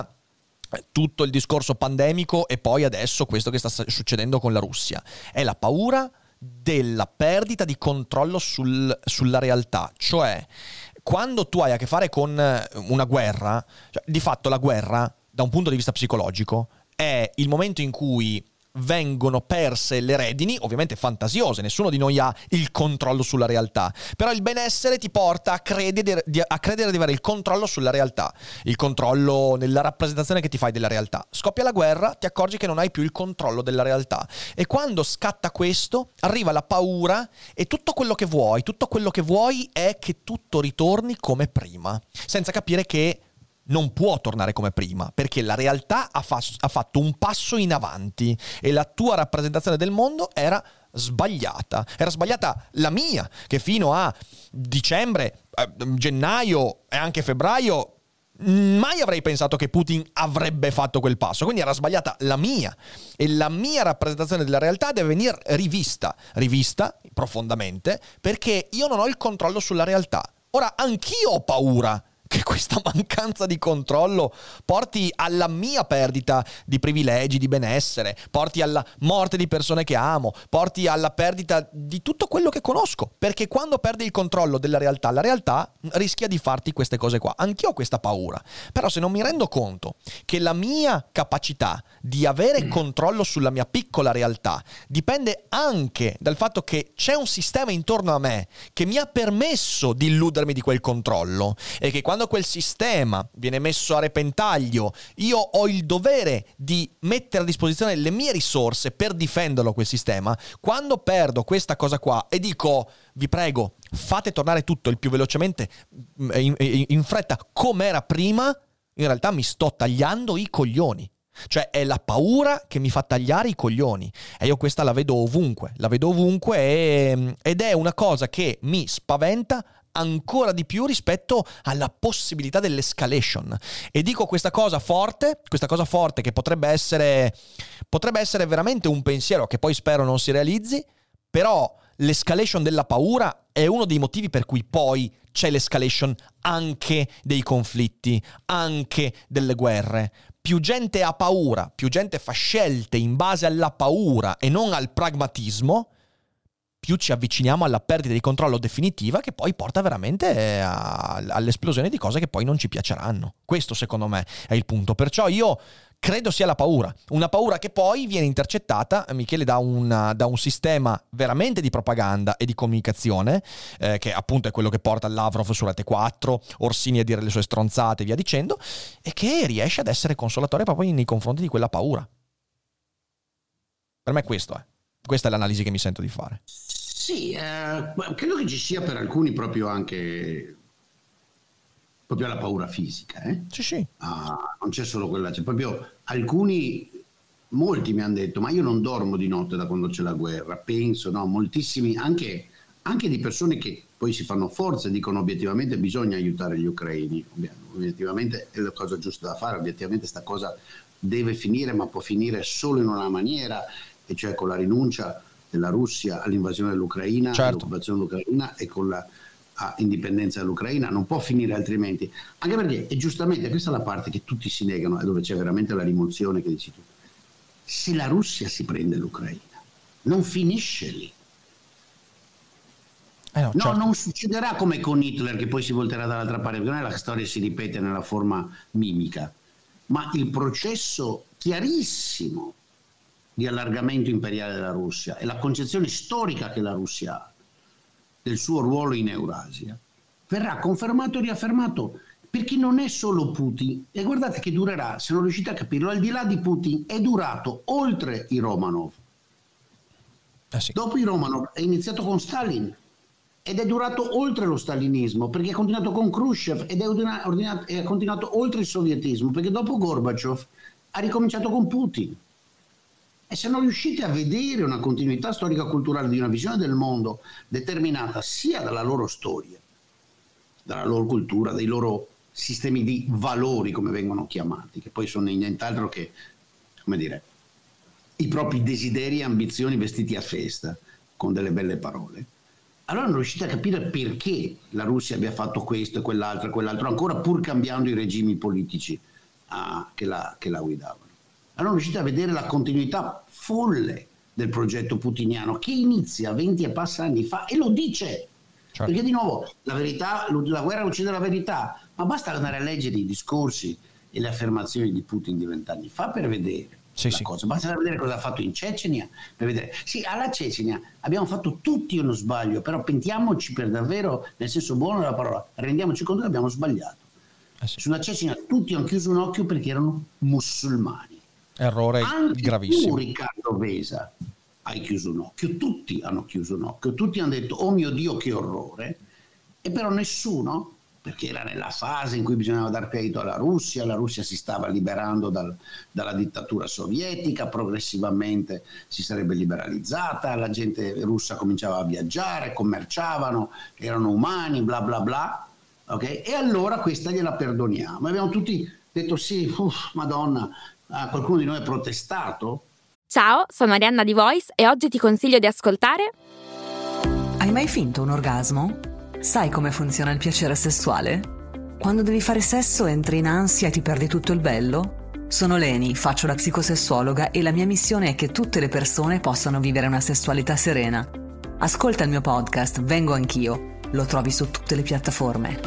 tutto il discorso pandemico e poi adesso questo che sta succedendo con la Russia. È la paura della perdita di controllo sul, sulla realtà. Cioè, quando tu hai a che fare con una guerra, cioè, di fatto la guerra, da un punto di vista psicologico, è il momento in cui vengono perse le redini, ovviamente fantasiose, nessuno di noi ha il controllo sulla realtà, però il benessere ti porta a credere di, a credere di avere il controllo sulla realtà, il controllo nella rappresentazione che ti fai della realtà. Scoppia la guerra, ti accorgi che non hai più il controllo della realtà, e quando scatta questo arriva la paura, e tutto quello che vuoi, tutto quello che vuoi è che tutto ritorni come prima, senza capire che non può tornare come prima, perché la realtà ha, fa- ha fatto un passo in avanti e la tua rappresentazione del mondo era sbagliata. Era sbagliata la mia, che fino a dicembre, eh, gennaio e anche febbraio mai avrei pensato che Putin avrebbe fatto quel passo. Quindi era sbagliata la mia, e la mia rappresentazione della realtà deve venire rivista, rivista profondamente, perché io non ho il controllo sulla realtà. Ora anch'io ho paura che questa mancanza di controllo porti alla mia perdita di privilegi, di benessere, porti alla morte di persone che amo, porti alla perdita di tutto quello che conosco, perché quando perdi il controllo della realtà, la realtà rischia di farti queste cose qua. Anch'io ho questa paura, però se non mi rendo conto che la mia capacità di avere controllo sulla mia piccola realtà dipende anche dal fatto che c'è un sistema intorno a me che mi ha permesso di illudermi di quel controllo, e che quando quel sistema viene messo a repentaglio io ho il dovere di mettere a disposizione le mie risorse per difenderlo quel sistema. Quando perdo questa cosa qua e dico vi prego fate tornare tutto il più velocemente in, in, in fretta come era prima, in realtà mi sto tagliando i coglioni. Cioè è la paura che mi fa tagliare i coglioni, e io questa la vedo ovunque, la vedo ovunque e, ed è una cosa che mi spaventa ancora di più rispetto alla possibilità dell'escalation. E dico questa cosa forte, questa cosa forte che potrebbe essere potrebbe essere veramente un pensiero che poi spero non si realizzi, però l'escalation della paura è uno dei motivi per cui poi c'è l'escalation anche dei conflitti, anche delle guerre. Più gente ha paura, più gente fa scelte in base alla paura e non al pragmatismo, più ci avviciniamo alla perdita di controllo definitiva, che poi porta veramente a, all'esplosione di cose che poi non ci piaceranno. Questo secondo me è il punto. Perciò io credo sia la paura, una paura che poi viene intercettata, Michele, da, una, da un sistema veramente di propaganda e di comunicazione, eh, che appunto è quello che porta Lavrov su Rete quattro, Orsini a dire le sue stronzate e via dicendo, e che riesce ad essere consolatore proprio nei confronti di quella paura. Per me questo è. Questa è l'analisi che mi sento di fare. Sì, eh, credo che ci sia per alcuni proprio anche proprio la paura fisica. Eh? Sì, sì. Ah, non c'è solo quella, c'è proprio alcuni, molti mi hanno detto, ma io non dormo di notte da quando c'è la guerra, penso, no, moltissimi, anche, anche di persone che poi si fanno forza e dicono obiettivamente bisogna aiutare gli ucraini, obiettivamente è la cosa giusta da fare, obiettivamente sta cosa deve finire, ma può finire solo in una maniera, e cioè con la rinuncia della Russia all'invasione dell'Ucraina, certo, all'occupazione dell'Ucraina e con la a indipendenza dell'Ucraina, non può finire altrimenti, anche perché, e giustamente questa è la parte che tutti si negano e dove c'è veramente la rimozione che dici tu, se la Russia si prende l'Ucraina non finisce lì, eh no, no, certo. Non succederà come con Hitler che poi si volterà dall'altra parte, perché non è la storia si ripete nella forma mimica, ma il processo chiarissimo di allargamento imperiale della Russia e la concezione storica che la Russia ha del suo ruolo in Eurasia verrà confermato e riaffermato, perché non è solo Putin, e guardate che durerà, se non riuscite a capirlo, al di là di Putin è durato oltre i Romanov, eh sì. Dopo i Romanov è iniziato con Stalin ed è durato oltre lo stalinismo, perché è continuato con Khrushchev ed è, ordinato, è continuato oltre il sovietismo, perché dopo Gorbaciov ha ricominciato con Putin. E se non riuscite a vedere una continuità storica culturale di una visione del mondo determinata sia dalla loro storia, dalla loro cultura, dai loro sistemi di valori, come vengono chiamati, che poi sono nient'altro che, come dire, i propri desideri e ambizioni vestiti a festa con delle belle parole, allora non riuscite a capire perché la Russia abbia fatto questo e quell'altro e quell'altro, ancora pur cambiando i regimi politici ah, che, la, che la guidavano. Allora non riuscite a vedere la continuità folle del progetto putiniano che inizia venti e passa anni fa e lo dice. Certo. Perché di nuovo la verità, la guerra uccide la verità, ma basta andare a leggere i discorsi e le affermazioni di Putin di vent'anni fa per vedere sì, la sì. cosa. Basta vedere cosa ha fatto in Cecenia per vedere. Sì, alla Cecenia abbiamo fatto tutti uno sbaglio, però pentiamoci per davvero, nel senso buono della parola, rendiamoci conto che abbiamo sbagliato. Eh sì. Sulla Cecenia tutti hanno chiuso un occhio perché erano musulmani. Errore anche gravissimo. Tu, Riccardo Besa, hai chiuso un occhio, tutti hanno chiuso un occhio, tutti hanno detto oh mio Dio che orrore, e però nessuno, perché era nella fase in cui bisognava dar credito alla Russia, la Russia si stava liberando dal, dalla dittatura sovietica, progressivamente si sarebbe liberalizzata, la gente russa cominciava a viaggiare, commerciavano, erano umani, bla bla bla, ok? E allora questa gliela perdoniamo. Abbiamo tutti detto sì, uff, Madonna, ah, qualcuno di noi ha protestato? Ciao, sono Arianna di Voice e oggi ti consiglio di ascoltare... Hai mai finto un orgasmo? Sai come funziona il piacere sessuale? Quando devi fare sesso entri in ansia e ti perdi tutto il bello? Sono Leni, faccio la psicosessuologa e la mia missione è che tutte le persone possano vivere una sessualità serena. Ascolta il mio podcast Vengo Anch'io, lo trovi su tutte le piattaforme.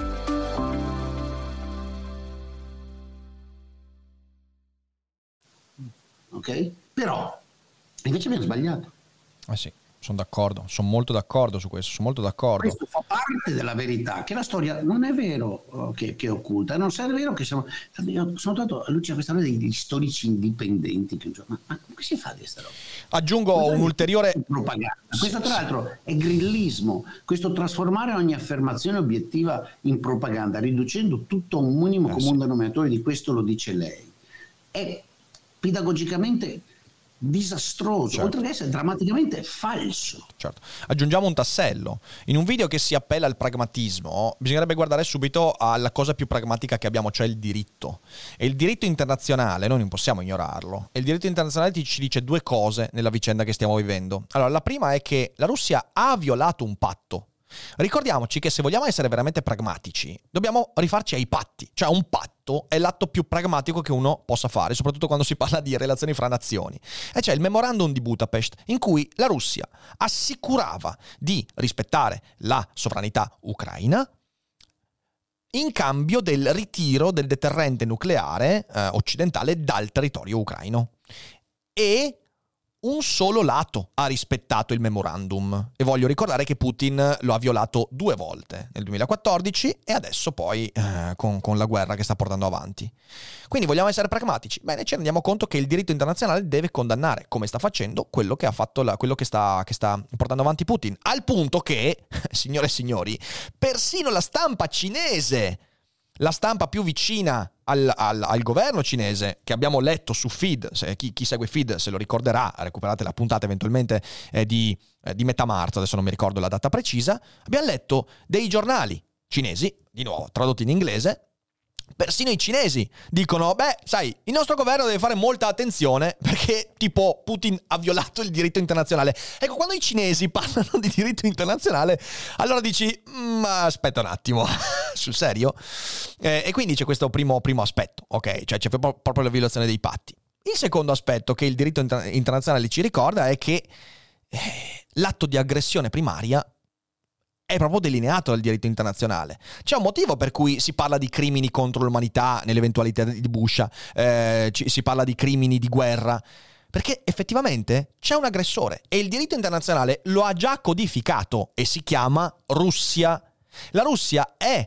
Ok? Però invece abbiamo sbagliato. Eh sì, sono d'accordo, sono molto d'accordo su questo, sono molto d'accordo. Questo fa parte della verità, che la storia non è vero uh, che, che è occulta, non è vero che siamo... Io sono stato a luce questa cosa degli storici indipendenti, che, ma, ma come si fa a questa roba? Aggiungo Questa un ulteriore... propaganda. Questo tra l'altro è grillismo, questo trasformare ogni affermazione obiettiva in propaganda, riducendo tutto a un minimo eh, comune sì. denominatore, di questo lo dice lei. È pedagogicamente disastroso, certo. oltre che essere drammaticamente falso. Certo. Aggiungiamo un tassello. In un video che si appella al pragmatismo, bisognerebbe guardare subito alla cosa più pragmatica che abbiamo, cioè il diritto. E il diritto internazionale, noi non possiamo ignorarlo. E il diritto internazionale ci dice due cose nella vicenda che stiamo vivendo. Allora, la prima è che la Russia ha violato un patto. Ricordiamoci che se vogliamo essere veramente pragmatici, dobbiamo rifarci ai patti. Cioè un patto è l'atto più pragmatico che uno possa fare, soprattutto quando si parla di relazioni fra nazioni. E c'è il memorandum di Budapest, in cui la Russia assicurava di rispettare la sovranità ucraina in cambio del ritiro del deterrente nucleare eh, occidentale dal territorio ucraino. E un solo lato ha rispettato il memorandum, e voglio ricordare che Putin lo ha violato due volte, nel duemilaquattordici e adesso poi eh, con, con la guerra che sta portando avanti. Quindi vogliamo essere pragmatici? Bene, ci rendiamo conto che il diritto internazionale deve condannare, come sta facendo, quello che ha fatto la, quello che sta, che sta portando avanti Putin, al punto che, signore e signori, persino la stampa cinese, la stampa più vicina al, al, al governo cinese, che abbiamo letto su Feed, se, chi, chi segue Feed se lo ricorderà, recuperate la puntata eventualmente eh, di, eh, di metà marzo, adesso non mi ricordo la data precisa, abbiamo letto dei giornali cinesi, di nuovo tradotti in inglese. Persino i cinesi dicono, beh, sai, il nostro governo deve fare molta attenzione perché, tipo, Putin ha violato il diritto internazionale. Ecco, quando i cinesi parlano di diritto internazionale, allora dici, mm, aspetta un attimo, sul serio? Eh, e quindi c'è questo primo, primo aspetto, ok? Cioè c'è proprio la violazione dei patti. Il secondo aspetto che il diritto inter- internazionale ci ricorda è che eh, l'atto di aggressione primaria è proprio delineato dal diritto internazionale. C'è un motivo per cui si parla di crimini contro l'umanità nell'eventualità di Bush, eh, ci, si parla di crimini di guerra, perché effettivamente c'è un aggressore e il diritto internazionale lo ha già codificato e si chiama Russia. La Russia è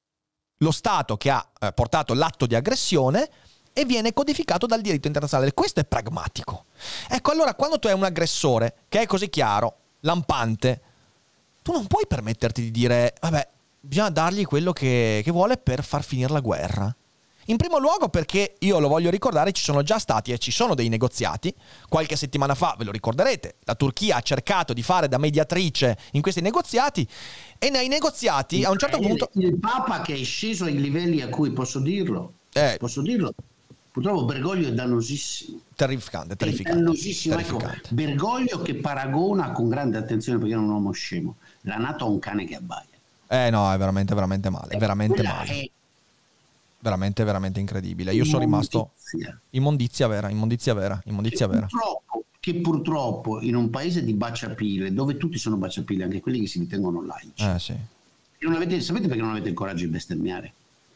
lo Stato che ha eh, portato l'atto di aggressione e viene codificato dal diritto internazionale. Questo è pragmatico. Ecco, allora quando tu hai un aggressore che è così chiaro, lampante, tu non puoi permetterti di dire, vabbè, bisogna dargli quello che, che vuole per far finire la guerra. In primo luogo perché, io lo voglio ricordare, ci sono già stati e ci sono dei negoziati. Qualche settimana fa, ve lo ricorderete, la Turchia ha cercato di fare da mediatrice in questi negoziati e nei negoziati a un certo il, punto... Il Papa che è sceso ai livelli a cui, posso dirlo, eh, posso dirlo, purtroppo Bergoglio è dannosissimo. Terrificante, terrificante. È dannosissimo. terrificante. Ecco, Bergoglio che paragona con grande attenzione, perché è un uomo scemo, la NATO a un cane che abbaia. Eh no, è veramente, veramente male, è veramente Quella male. È veramente, veramente incredibile. Io sono rimasto... Immondizia vera, immondizia vera, immondizia che vera. Purtroppo, che purtroppo in un paese di baciapile, dove tutti sono baciapile, anche quelli che si ritengono laici, Eh sì. non avete, sapete perché non avete il coraggio di bestemmiare?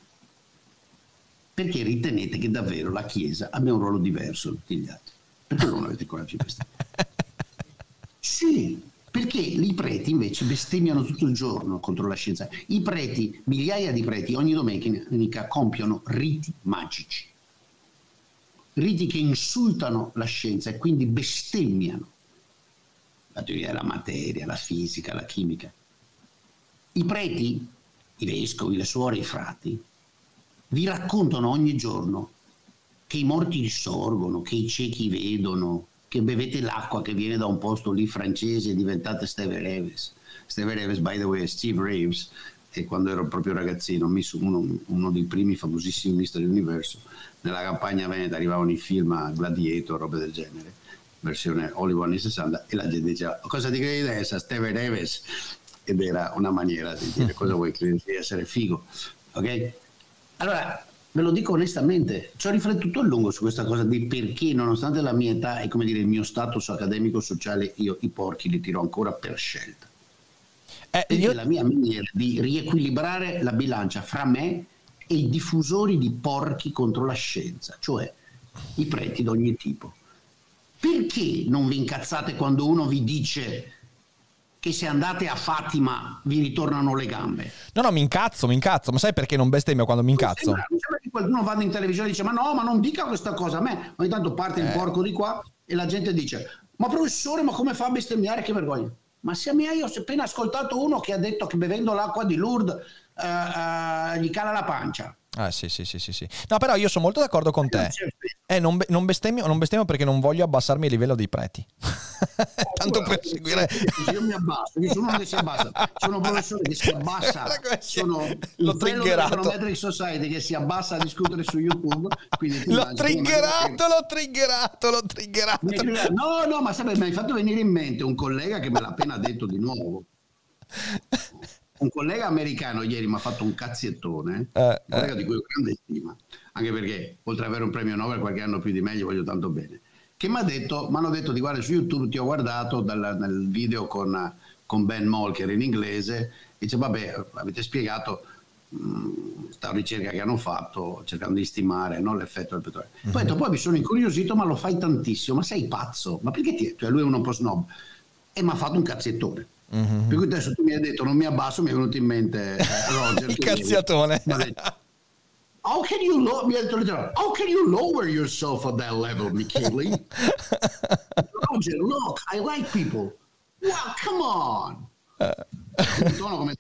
Perché ritenete che davvero la Chiesa abbia un ruolo diverso da tutti gli altri. Perché non avete il coraggio di bestemmiare? Sì, perché i preti invece bestemmiano tutto il giorno contro la scienza. I preti, migliaia di preti, ogni domenica compiono riti magici. Riti che insultano la scienza e quindi bestemmiano la teoria della materia, la fisica, la chimica. I preti, i vescovi, le suore, i frati, vi raccontano ogni giorno che i morti risorgono, che i ciechi vedono, che bevete l'acqua che viene da un posto lì francese e diventate Steve Reeves. Steve Reeves, by the way, è Steve Reeves, e quando ero proprio ragazzino, uno, uno dei primi famosissimi mister dell'universo, nella campagna veneta arrivavano i film a Gladiator, robe del genere, versione Hollywood anni sessanta, e la gente diceva, cosa ti credi adesso, Steve Reeves? Ed era una maniera di dire, cosa vuoi credi di essere figo, ok? allora ve lo dico onestamente, ci ho riflettuto a lungo su questa cosa di perché, nonostante la mia età e come dire il mio status accademico sociale, io i porchi li tiro ancora per scelta. Eh, io... È la mia maniera di riequilibrare la bilancia fra me e i diffusori di porchi contro la scienza, cioè i preti d'ogni tipo. Perché non vi incazzate quando uno vi dice che se andate a Fatima vi ritornano le gambe? No, no, mi incazzo, mi incazzo. Ma sai perché non bestemmio quando mi incazzo? Non sembra, non sembra che qualcuno vada in televisione e dice ma no, ma non dica questa cosa a me. Ogni tanto parte il eh. porco di qua e la gente dice ma professore, ma come fa a bestemmiare, che vergogna. Ma se a me, io ho appena ascoltato uno che ha detto che bevendo l'acqua di Lourdes uh, uh, gli cala la pancia. Ah sì sì sì sì sì. No, però io sono molto d'accordo con te. Eh, non, be- non, bestemmio, non bestemmio perché non voglio abbassarmi il livello dei preti. Tanto per seguire. Io mi abbasso, io sono uno che si abbassa. Sono un professore che si abbassa. Sono l'ho triggerato. Econometric Society che si abbassa a discutere su YouTube. L'ho triggerato, l'ho triggerato, l'ho triggerato. No, no, ma sai, mi hai fatto venire in mente un collega che me l'ha appena detto di nuovo. Un collega americano ieri mi ha fatto un cazziettone, eh, un collega eh. di cui ho grande stima, anche perché oltre ad avere un premio Nobel qualche anno più di me gli voglio tanto bene, che mi ha detto, mi hanno detto di guarda su YouTube, ti ho guardato dal, nel video con, con Ben Moll che era in inglese, e dice vabbè avete spiegato questa mh, ricerca che hanno fatto cercando di stimare, no, l'effetto del petrolio. Mm-hmm. Poi, detto, poi mi sono incuriosito, ma lo fai tantissimo, ma sei pazzo, ma perché ti... Cioè lui è un po' snob e mi ha fatto un cazziettone. Mm-hmm. Per cui adesso tu mi hai detto non mi abbasso, mi è venuto in mente eh, Roger il cazziatone. How can you lo- mi ha detto how can you lower yourself at that level, Michele? Roger, look, I like people. Wow, come on. Un tono come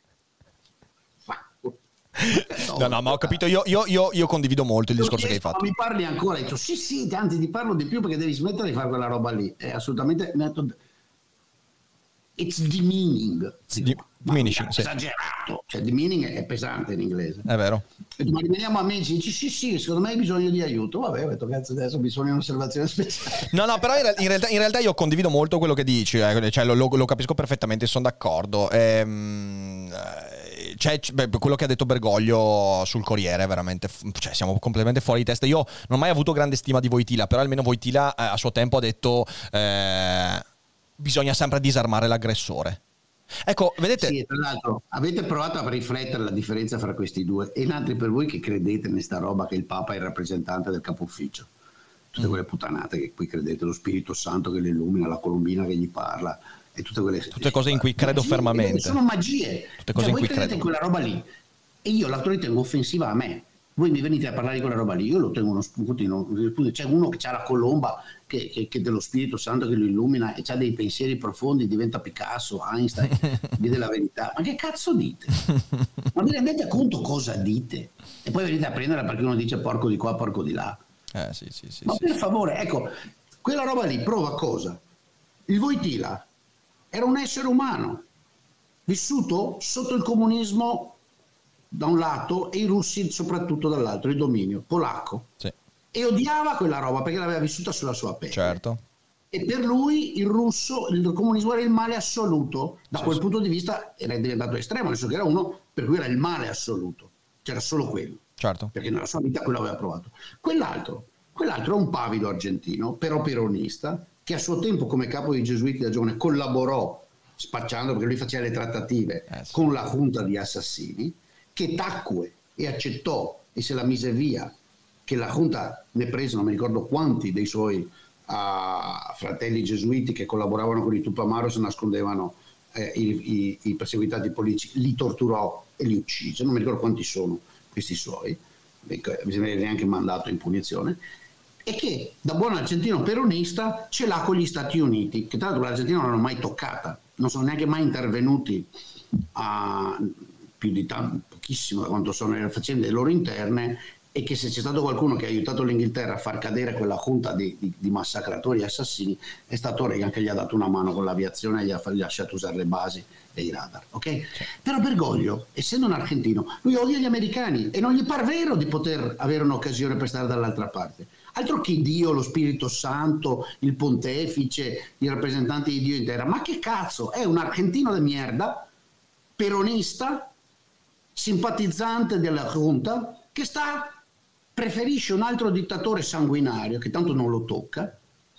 No, no, ma ho capito, io, io, io, io condivido molto il discorso che hai fatto. Ma mi parli ancora? Ho detto sì, sì, anzi ti parlo di più perché devi smettere di fare quella roba lì. È assolutamente... Mi ha detto, it's demeaning. Di- diminishing, sì. Esagerato, cioè demeaning è pesante in inglese. È vero. Ma rimaniamo amici? Dici sì, sì, secondo me hai bisogno di aiuto. Vabbè, ho detto cazzo, adesso bisogna un'osservazione speciale. No, no, però in realtà, in realtà io condivido molto quello che dici, eh, cioè lo, lo, lo capisco perfettamente, sono d'accordo. Ehm, cioè, beh, quello che ha detto Bergoglio sul Corriere, veramente, cioè siamo completamente fuori di testa. Io non ho mai avuto grande stima di Wojtyla, però almeno Wojtyla eh, a suo tempo ha detto eh, bisogna sempre disarmare l'aggressore. Ecco, vedete? Sì, tra l'altro avete provato a riflettere la differenza fra questi due, e in altri per voi che credete in sta roba che il Papa è il rappresentante del capo ufficio, tutte mm. quelle puttanate che qui credete, lo Spirito Santo che li illumina, la colombina che gli parla e tutte quelle tutte cose in cui credo magie, fermamente, sono magie, tutte cose cioè, in voi cui credete credo in quella roba lì e io la ritengo offensiva a me. Voi mi venite a parlare di quella roba lì, io lo tengo uno spuntino. C'è uno che ha la colomba che, che, che dello Spirito Santo che lo illumina e ha dei pensieri profondi, diventa Picasso, Einstein, vede la verità. Ma che cazzo dite? Ma vi rendete conto cosa dite? E poi venite a prendere perché uno dice porco di qua, porco di là. Eh, sì, sì, sì, Ma sì, per sì. favore, ecco, quella roba lì prova cosa? Il Wojtyla era un essere umano vissuto sotto il comunismo da un lato e i russi soprattutto dall'altro, il dominio polacco, sì. E odiava quella roba perché l'aveva vissuta sulla sua pelle, certo. E per lui il russo, il comunismo era il male assoluto, da sì, quel sì. punto di vista era diventato estremo, nel senso che era uno per cui era il male assoluto, c'era solo quello, certo. Perché nella sua vita quello aveva provato. Quell'altro, quell'altro è un pavido argentino, però peronista, che a suo tempo come capo dei Gesuiti da giovane collaborò spacciando, perché lui faceva le trattative eh, sì. con la giunta di assassini, che tacque e accettò e se la mise via, che la giunta ne prese non mi ricordo quanti dei suoi uh, fratelli gesuiti che collaboravano con i Tupamaros, nascondevano eh, i, i, i perseguitati politici, li torturò e li uccise, non mi ricordo quanti sono questi suoi, mi sembra neanche mandato in punizione, e che da buon argentino peronista ce l'ha con gli Stati Uniti, che tra l'altro l'Argentina non l'hanno mai toccata, non sono neanche mai intervenuti a più di tanto, pochissimo da quanto sono le faccende loro interne, e che se c'è stato qualcuno che ha aiutato l'Inghilterra a far cadere quella giunta di, di, di massacratori e assassini è stato Reagan, che gli ha dato una mano con l'aviazione e gli ha lasciato usare le basi e i radar, ok? Sì. Però Bergoglio, essendo un argentino, lui odia gli americani e non gli par vero di poter avere un'occasione per stare dall'altra parte. Altro che Dio, lo Spirito Santo, il pontefice, i rappresentanti di Dio in terra, ma che cazzo, è un argentino de merda, peronista, simpatizzante della giunta, che sta preferisce un altro dittatore sanguinario che tanto non lo tocca,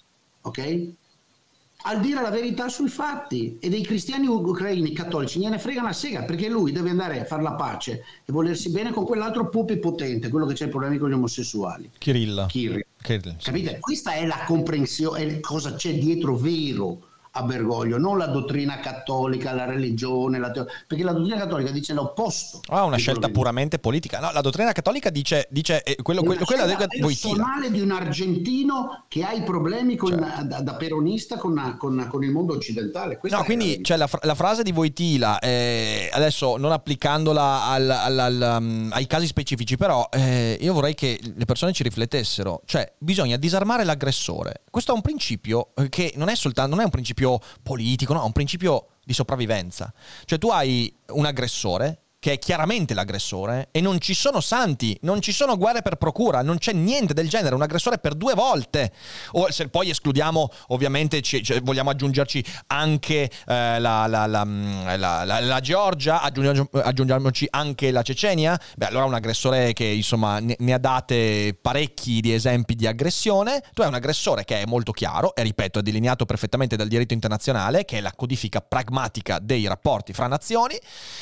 ok? Al dire la verità sui fatti, e dei cristiani ucraini cattolici gliene frega una sega, perché lui deve andare a fare la pace e volersi bene con quell'altro pupipotente, quello che c'ha i problemi con gli omosessuali, Kirill. Kirill. Kirill, sì. Capite? Questa è la comprensione, cosa c'è dietro vero a Bergoglio, non la dottrina cattolica, la religione, la teo- perché la dottrina cattolica dice l'opposto. Ah, una scelta puramente politica. No, la dottrina cattolica dice, dice eh, quello, una quello, quella scelta di Wojtyla. personale di un argentino che ha i problemi con, Certo. da, da peronista con, con, con il mondo occidentale. Questa No, è quindi la, cioè, la, la frase di Wojtyla, eh, adesso non applicandola al, al, al, um, ai casi specifici, però eh, io vorrei che le persone ci riflettessero. Cioè, bisogna disarmare l'aggressore. Questo è un principio che non è soltanto, non è un principio politico, no, è un principio di sopravvivenza. Cioè, tu hai un aggressore che è chiaramente l'aggressore e non ci sono santi, non ci sono guerre per procura, non c'è niente del genere, un aggressore per due volte. O se poi escludiamo, ovviamente ci, ci, vogliamo aggiungerci anche eh, la, la, la, la, la, la Georgia, aggiungiamo, aggiungiamoci anche la Cecenia, beh allora un aggressore che insomma ne, ne ha date parecchi di esempi di aggressione. Tu hai un aggressore che è molto chiaro e ripeto è delineato perfettamente dal diritto internazionale, che è la codifica pragmatica dei rapporti fra nazioni.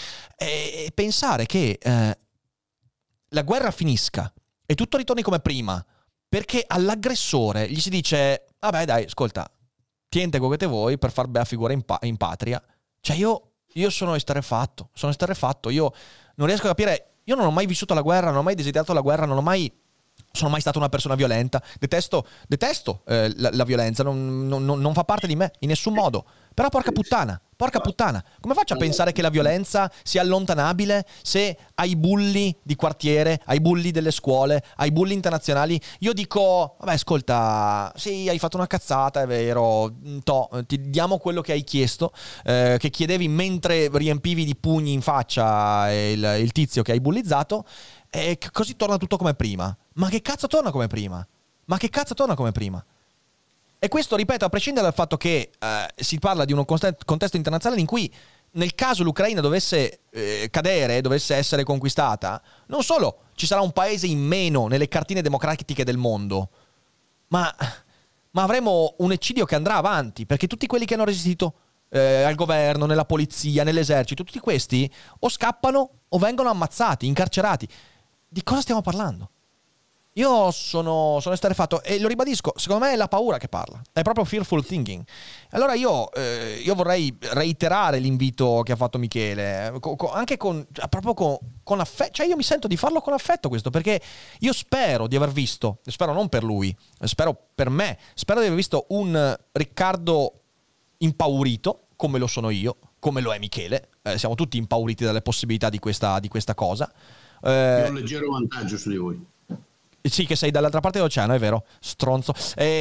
E pensare che eh, la guerra finisca e tutto ritorni come prima perché all'aggressore gli si dice vabbè dai ascolta tiente quello che te vuoi per far bella figura in, pa- in patria. Cioè io, io sono esterrefatto sono esterrefatto io non riesco a capire, io non ho mai vissuto la guerra, non ho mai desiderato la guerra, non ho mai sono mai stata una persona violenta, detesto, detesto eh, la, la violenza, non, non, non fa parte di me in nessun modo. Però porca puttana, porca puttana, come faccio a pensare che la violenza sia allontanabile se ai bulli di quartiere, ai bulli delle scuole, ai bulli internazionali, io dico, vabbè ascolta, sì hai fatto una cazzata, è vero, to, ti diamo quello che hai chiesto, eh, che chiedevi mentre riempivi di pugni in faccia il, il tizio che hai bullizzato, e così torna tutto come prima. Ma che cazzo torna come prima? Ma che cazzo torna come prima? E questo, ripeto, a prescindere dal fatto che eh, si parla di un contesto internazionale in cui nel caso l'Ucraina dovesse eh, cadere, dovesse essere conquistata, non solo ci sarà un paese in meno nelle cartine democratiche del mondo, ma, ma avremo un eccidio che andrà avanti, perché tutti quelli che hanno resistito eh, al governo, nella polizia, nell'esercito, tutti questi o scappano o vengono ammazzati, incarcerati. Di cosa stiamo parlando? Io sono, sono esterrefatto e lo ribadisco, secondo me è la paura che parla, è proprio fearful thinking. Allora io, eh, io vorrei reiterare l'invito che ha fatto Michele, co- co- anche con, proprio con, con affetto, cioè io mi sento di farlo con affetto questo, perché io spero di aver visto, spero non per lui, spero per me, spero di aver visto un Riccardo impaurito, come lo sono io, come lo è Michele, eh, siamo tutti impauriti dalle possibilità di questa, di questa cosa. Io ho un leggero vantaggio su di voi. Sì, che sei dall'altra parte dell'oceano, è vero, stronzo.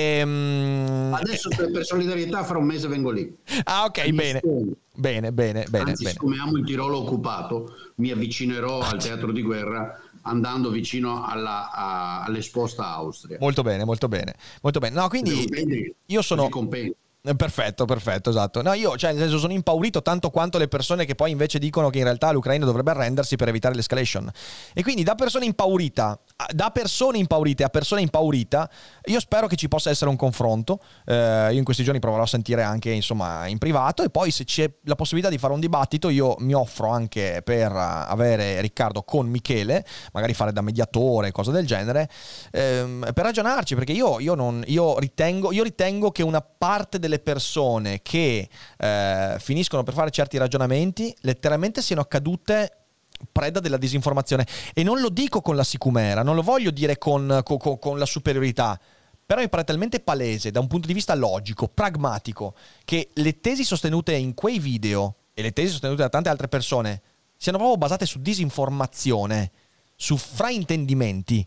Ehm... Adesso per, per solidarietà fra un mese vengo lì. Ah, ok, bene. bene. Bene, bene, bene. Anzi, bene. siccome amo il Tirolo occupato, mi avvicinerò al teatro di guerra andando vicino alla, a, all'esposta Austria. Molto bene, molto bene. Molto bene. No, quindi io sono... Perfetto, perfetto, esatto. No, io, cioè, nel senso, sono impaurito tanto quanto le persone che poi invece dicono che in realtà l'Ucraina dovrebbe arrendersi per evitare l'escalation. E quindi da persona impaurita, da persone impaurite a persona impaurita, io spero che ci possa essere un confronto. Eh, io in questi giorni proverò a sentire anche, insomma, in privato, e poi se c'è la possibilità di fare un dibattito, io mi offro anche per avere Riccardo con Michele, magari fare da mediatore, cose del genere, ehm, per ragionarci, perché io, io, non, io, ritengo, io ritengo che una parte delle persone che eh, finiscono per fare certi ragionamenti letteralmente siano cadute preda della disinformazione, e non lo dico con la sicumera, non lo voglio dire con, con, con la superiorità, però mi pare talmente palese da un punto di vista logico, pragmatico, che le tesi sostenute in quei video e le tesi sostenute da tante altre persone siano proprio basate su disinformazione, su fraintendimenti.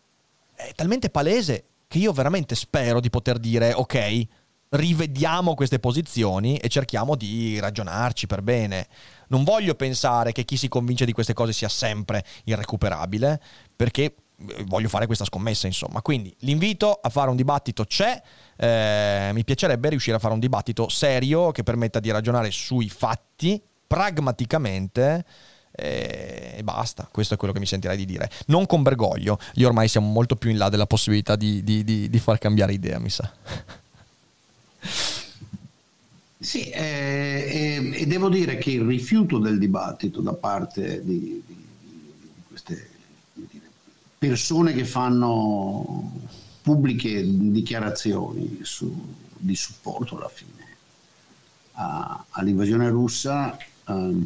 È talmente palese che io veramente spero di poter dire ok, rivediamo queste posizioni e cerchiamo di ragionarci per bene. Non voglio pensare che chi si convince di queste cose sia sempre irrecuperabile, perché voglio fare questa scommessa, insomma. Quindi l'invito a fare un dibattito c'è, eh, mi piacerebbe riuscire a fare un dibattito serio che permetta di ragionare sui fatti pragmaticamente, e basta. Questo è quello che mi sentirei di dire, non con Bergoglio. Io ormai siamo molto più in là della possibilità di, di, di, di far cambiare idea, mi sa. Sì, eh, e, e devo dire che il rifiuto del dibattito da parte di, di, di queste persone che fanno pubbliche dichiarazioni su, di supporto alla fine a, all'invasione russa eh,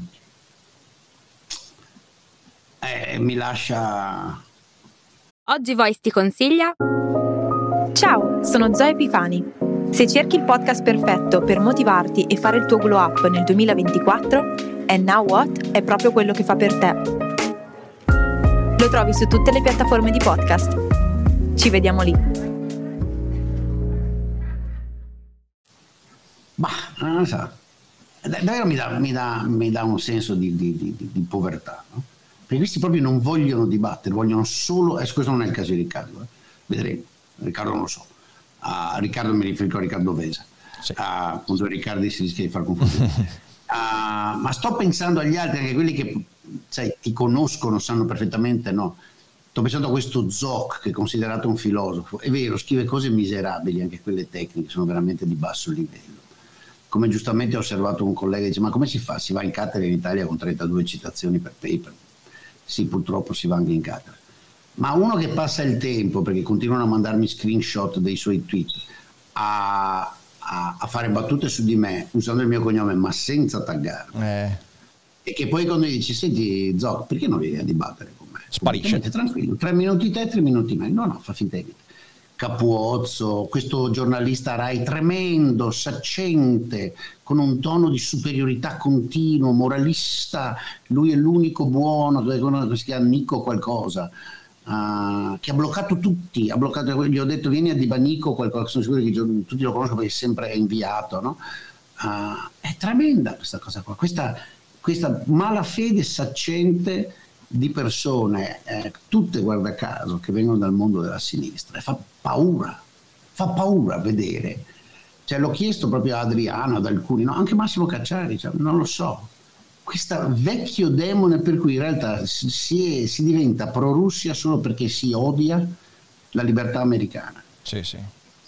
eh, mi lascia. Oggi Voice ti consiglia. Ciao, sono Zoe Epifani. Se cerchi il podcast perfetto per motivarti e fare il tuo glow up nel duemilaventiquattro, And Now What è proprio quello che fa per te. Lo trovi su tutte le piattaforme di podcast. Ci vediamo lì. Bah, non so. Davvero mi dà, mi dà, mi dà un senso di, di, di, di povertà, no? Perché questi proprio non vogliono dibattere, vogliono solo. Eh, questo non è il caso di Riccardo, eh. Vedremo. Riccardo non lo so. A Riccardo mi riferisco a Riccardo Vesa, sì. A, appunto Riccardi si rischia di far confusione. uh, ma sto pensando agli altri, anche quelli che sai, ti conoscono, sanno perfettamente, no? Sto pensando a questo Zoc, che è considerato un filosofo, è vero, scrive cose miserabili, anche quelle tecniche sono veramente di basso livello. Come giustamente ha osservato un collega, dice: ma come si fa? Si va in cattedra in Italia con trentadue citazioni per paper? Sì, purtroppo si va anche in cattedra. Ma uno che passa il tempo, perché continuano a mandarmi screenshot dei suoi tweet, a, a, a fare battute su di me usando il mio cognome ma senza taggarmi, eh. E che poi quando gli dici: senti Zoc, perché non vieni a dibattere con me? Sparisce. Tranquillo, tre minuti te, tre minuti me. No, no, fa finta di niente. Capuozzo, questo giornalista Rai tremendo, saccente, con un tono di superiorità continuo, moralista, lui è l'unico buono, si chiama Nico qualcosa. Uh, che ha bloccato tutti, ha bloccato, gli ho detto vieni a Dibanico qualcosa, sono sicuro che tutti lo conoscono perché sempre è inviato, no? Uh, è tremenda questa cosa qua, questa, questa malafede saccente di persone, eh, tutte guarda caso, che vengono dal mondo della sinistra, e fa paura, fa paura vedere. Cioè, l'ho chiesto proprio a Adriano, ad alcuni, no? Anche Massimo Cacciari, cioè, non lo so. Questo vecchio demone per cui in realtà si, è, si diventa pro-Russia solo perché si odia la libertà americana. Sì, sì.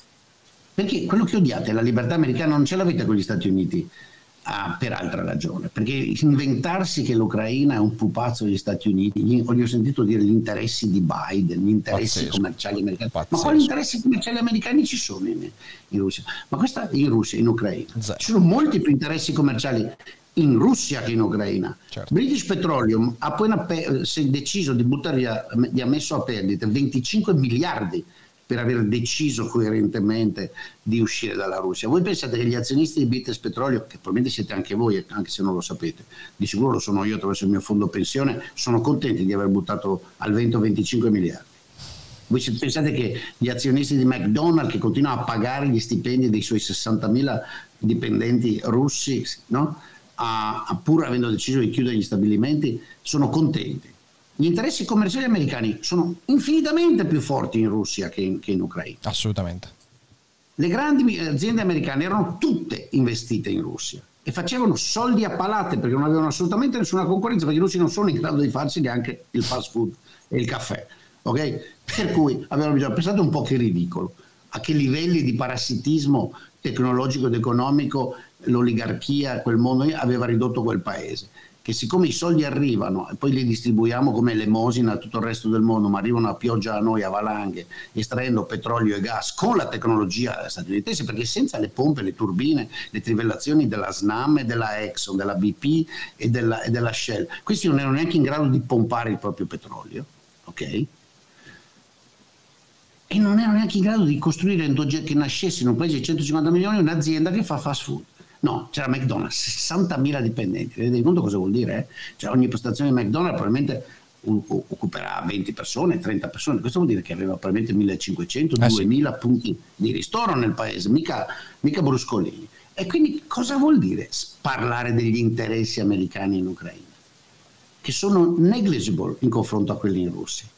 Perché quello che odiate, la libertà americana, non ce l'avete con gli Stati Uniti, ah, per altra ragione. Perché inventarsi che l'Ucraina è un pupazzo degli Stati Uniti, gli, ho sentito dire gli interessi di Biden, gli interessi Pazzesco. commerciali americani. Pazzesco. Ma quali interessi commerciali americani ci sono in, in Russia? Ma questa in Russia, in Ucraina. Zero. Ci sono molti più interessi commerciali in Russia che in Ucraina. Certo. British Petroleum ha appena pe- si è deciso di buttare via, di ha messo a perdita venticinque miliardi per aver deciso coerentemente di uscire dalla Russia. Voi pensate che gli azionisti di British Petroleum, che probabilmente siete anche voi, anche se non lo sapete, di sicuro lo sono io attraverso il mio fondo pensione, sono contenti di aver buttato al vento venticinque miliardi? Voi pensate che gli azionisti di McDonald's, che continuano a pagare gli stipendi dei suoi sessantamila dipendenti russi, no? A, a pur avendo deciso di chiudere gli stabilimenti, sono contenti? Gli interessi commerciali americani sono infinitamente più forti in Russia che in, che in Ucraina. Assolutamente. Le grandi aziende americane erano tutte investite in Russia e facevano soldi a palate perché non avevano assolutamente nessuna concorrenza, perché i russi non sono in grado di farsi neanche il fast food e il caffè, ok? Per cui avevano bisogno, pensate un po' che ridicolo, a che livelli di parassitismo tecnologico ed economico l'oligarchia, quel mondo aveva ridotto quel paese, che siccome i soldi arrivano e poi li distribuiamo come elemosina a tutto il resto del mondo, ma arrivano a pioggia a noi, a valanghe, estraendo petrolio e gas con la tecnologia statunitense, perché senza le pompe, le turbine, le trivellazioni della Snam e della Exxon, della B P e della, e della Shell, questi non erano neanche in grado di pompare il proprio petrolio, ok? E non erano neanche in grado di costruire, che nascesse in un paese di centocinquanta milioni un'azienda che fa fast food. No, c'era McDonald's, sessantamila dipendenti, vedete conto cosa vuol dire? Eh? Cioè ogni postazione di McDonald's probabilmente occuperà venti persone, trenta persone, questo vuol dire che aveva probabilmente millecinquecento, eh duemila sì. punti di ristoro nel paese, mica, mica bruscolini. E quindi cosa vuol dire parlare degli interessi americani in Ucraina? Che sono negligible in confronto a quelli in Russia.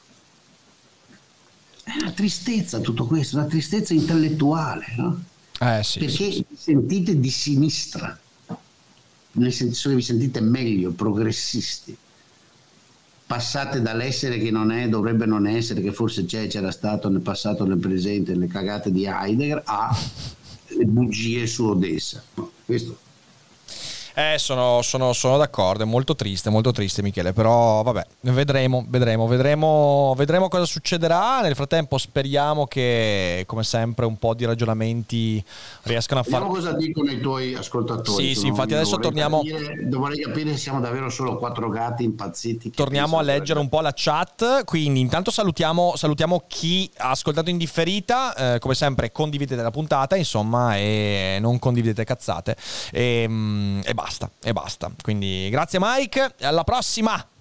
È una tristezza tutto questo, una tristezza intellettuale, no? Eh, sì, perché sì, sì. sentite di sinistra, nel senso che vi sentite meglio, progressisti. Passate dall'essere che non è, dovrebbe non essere, che forse c'è, c'era stato nel passato, nel presente, le cagate di Heidegger, a le bugie su Odessa. No, questo. Eh, sono, sono, sono d'accordo, è molto triste, molto triste Michele, però vabbè, vedremo, vedremo, vedremo, vedremo cosa succederà. Nel frattempo speriamo che, come sempre, un po' di ragionamenti riescano a fare. Vediamo cosa dicono i tuoi ascoltatori. Sì, sì, infatti adesso torniamo. Capire, dovrei capire se siamo davvero solo quattro gatti impazziti. Torniamo a leggere un po' la chat, quindi intanto salutiamo, salutiamo chi ha ascoltato in differita, eh, come sempre condividete la puntata, insomma, e non condividete cazzate, e, e basta. Basta, e basta. Quindi grazie Mike, e alla prossima!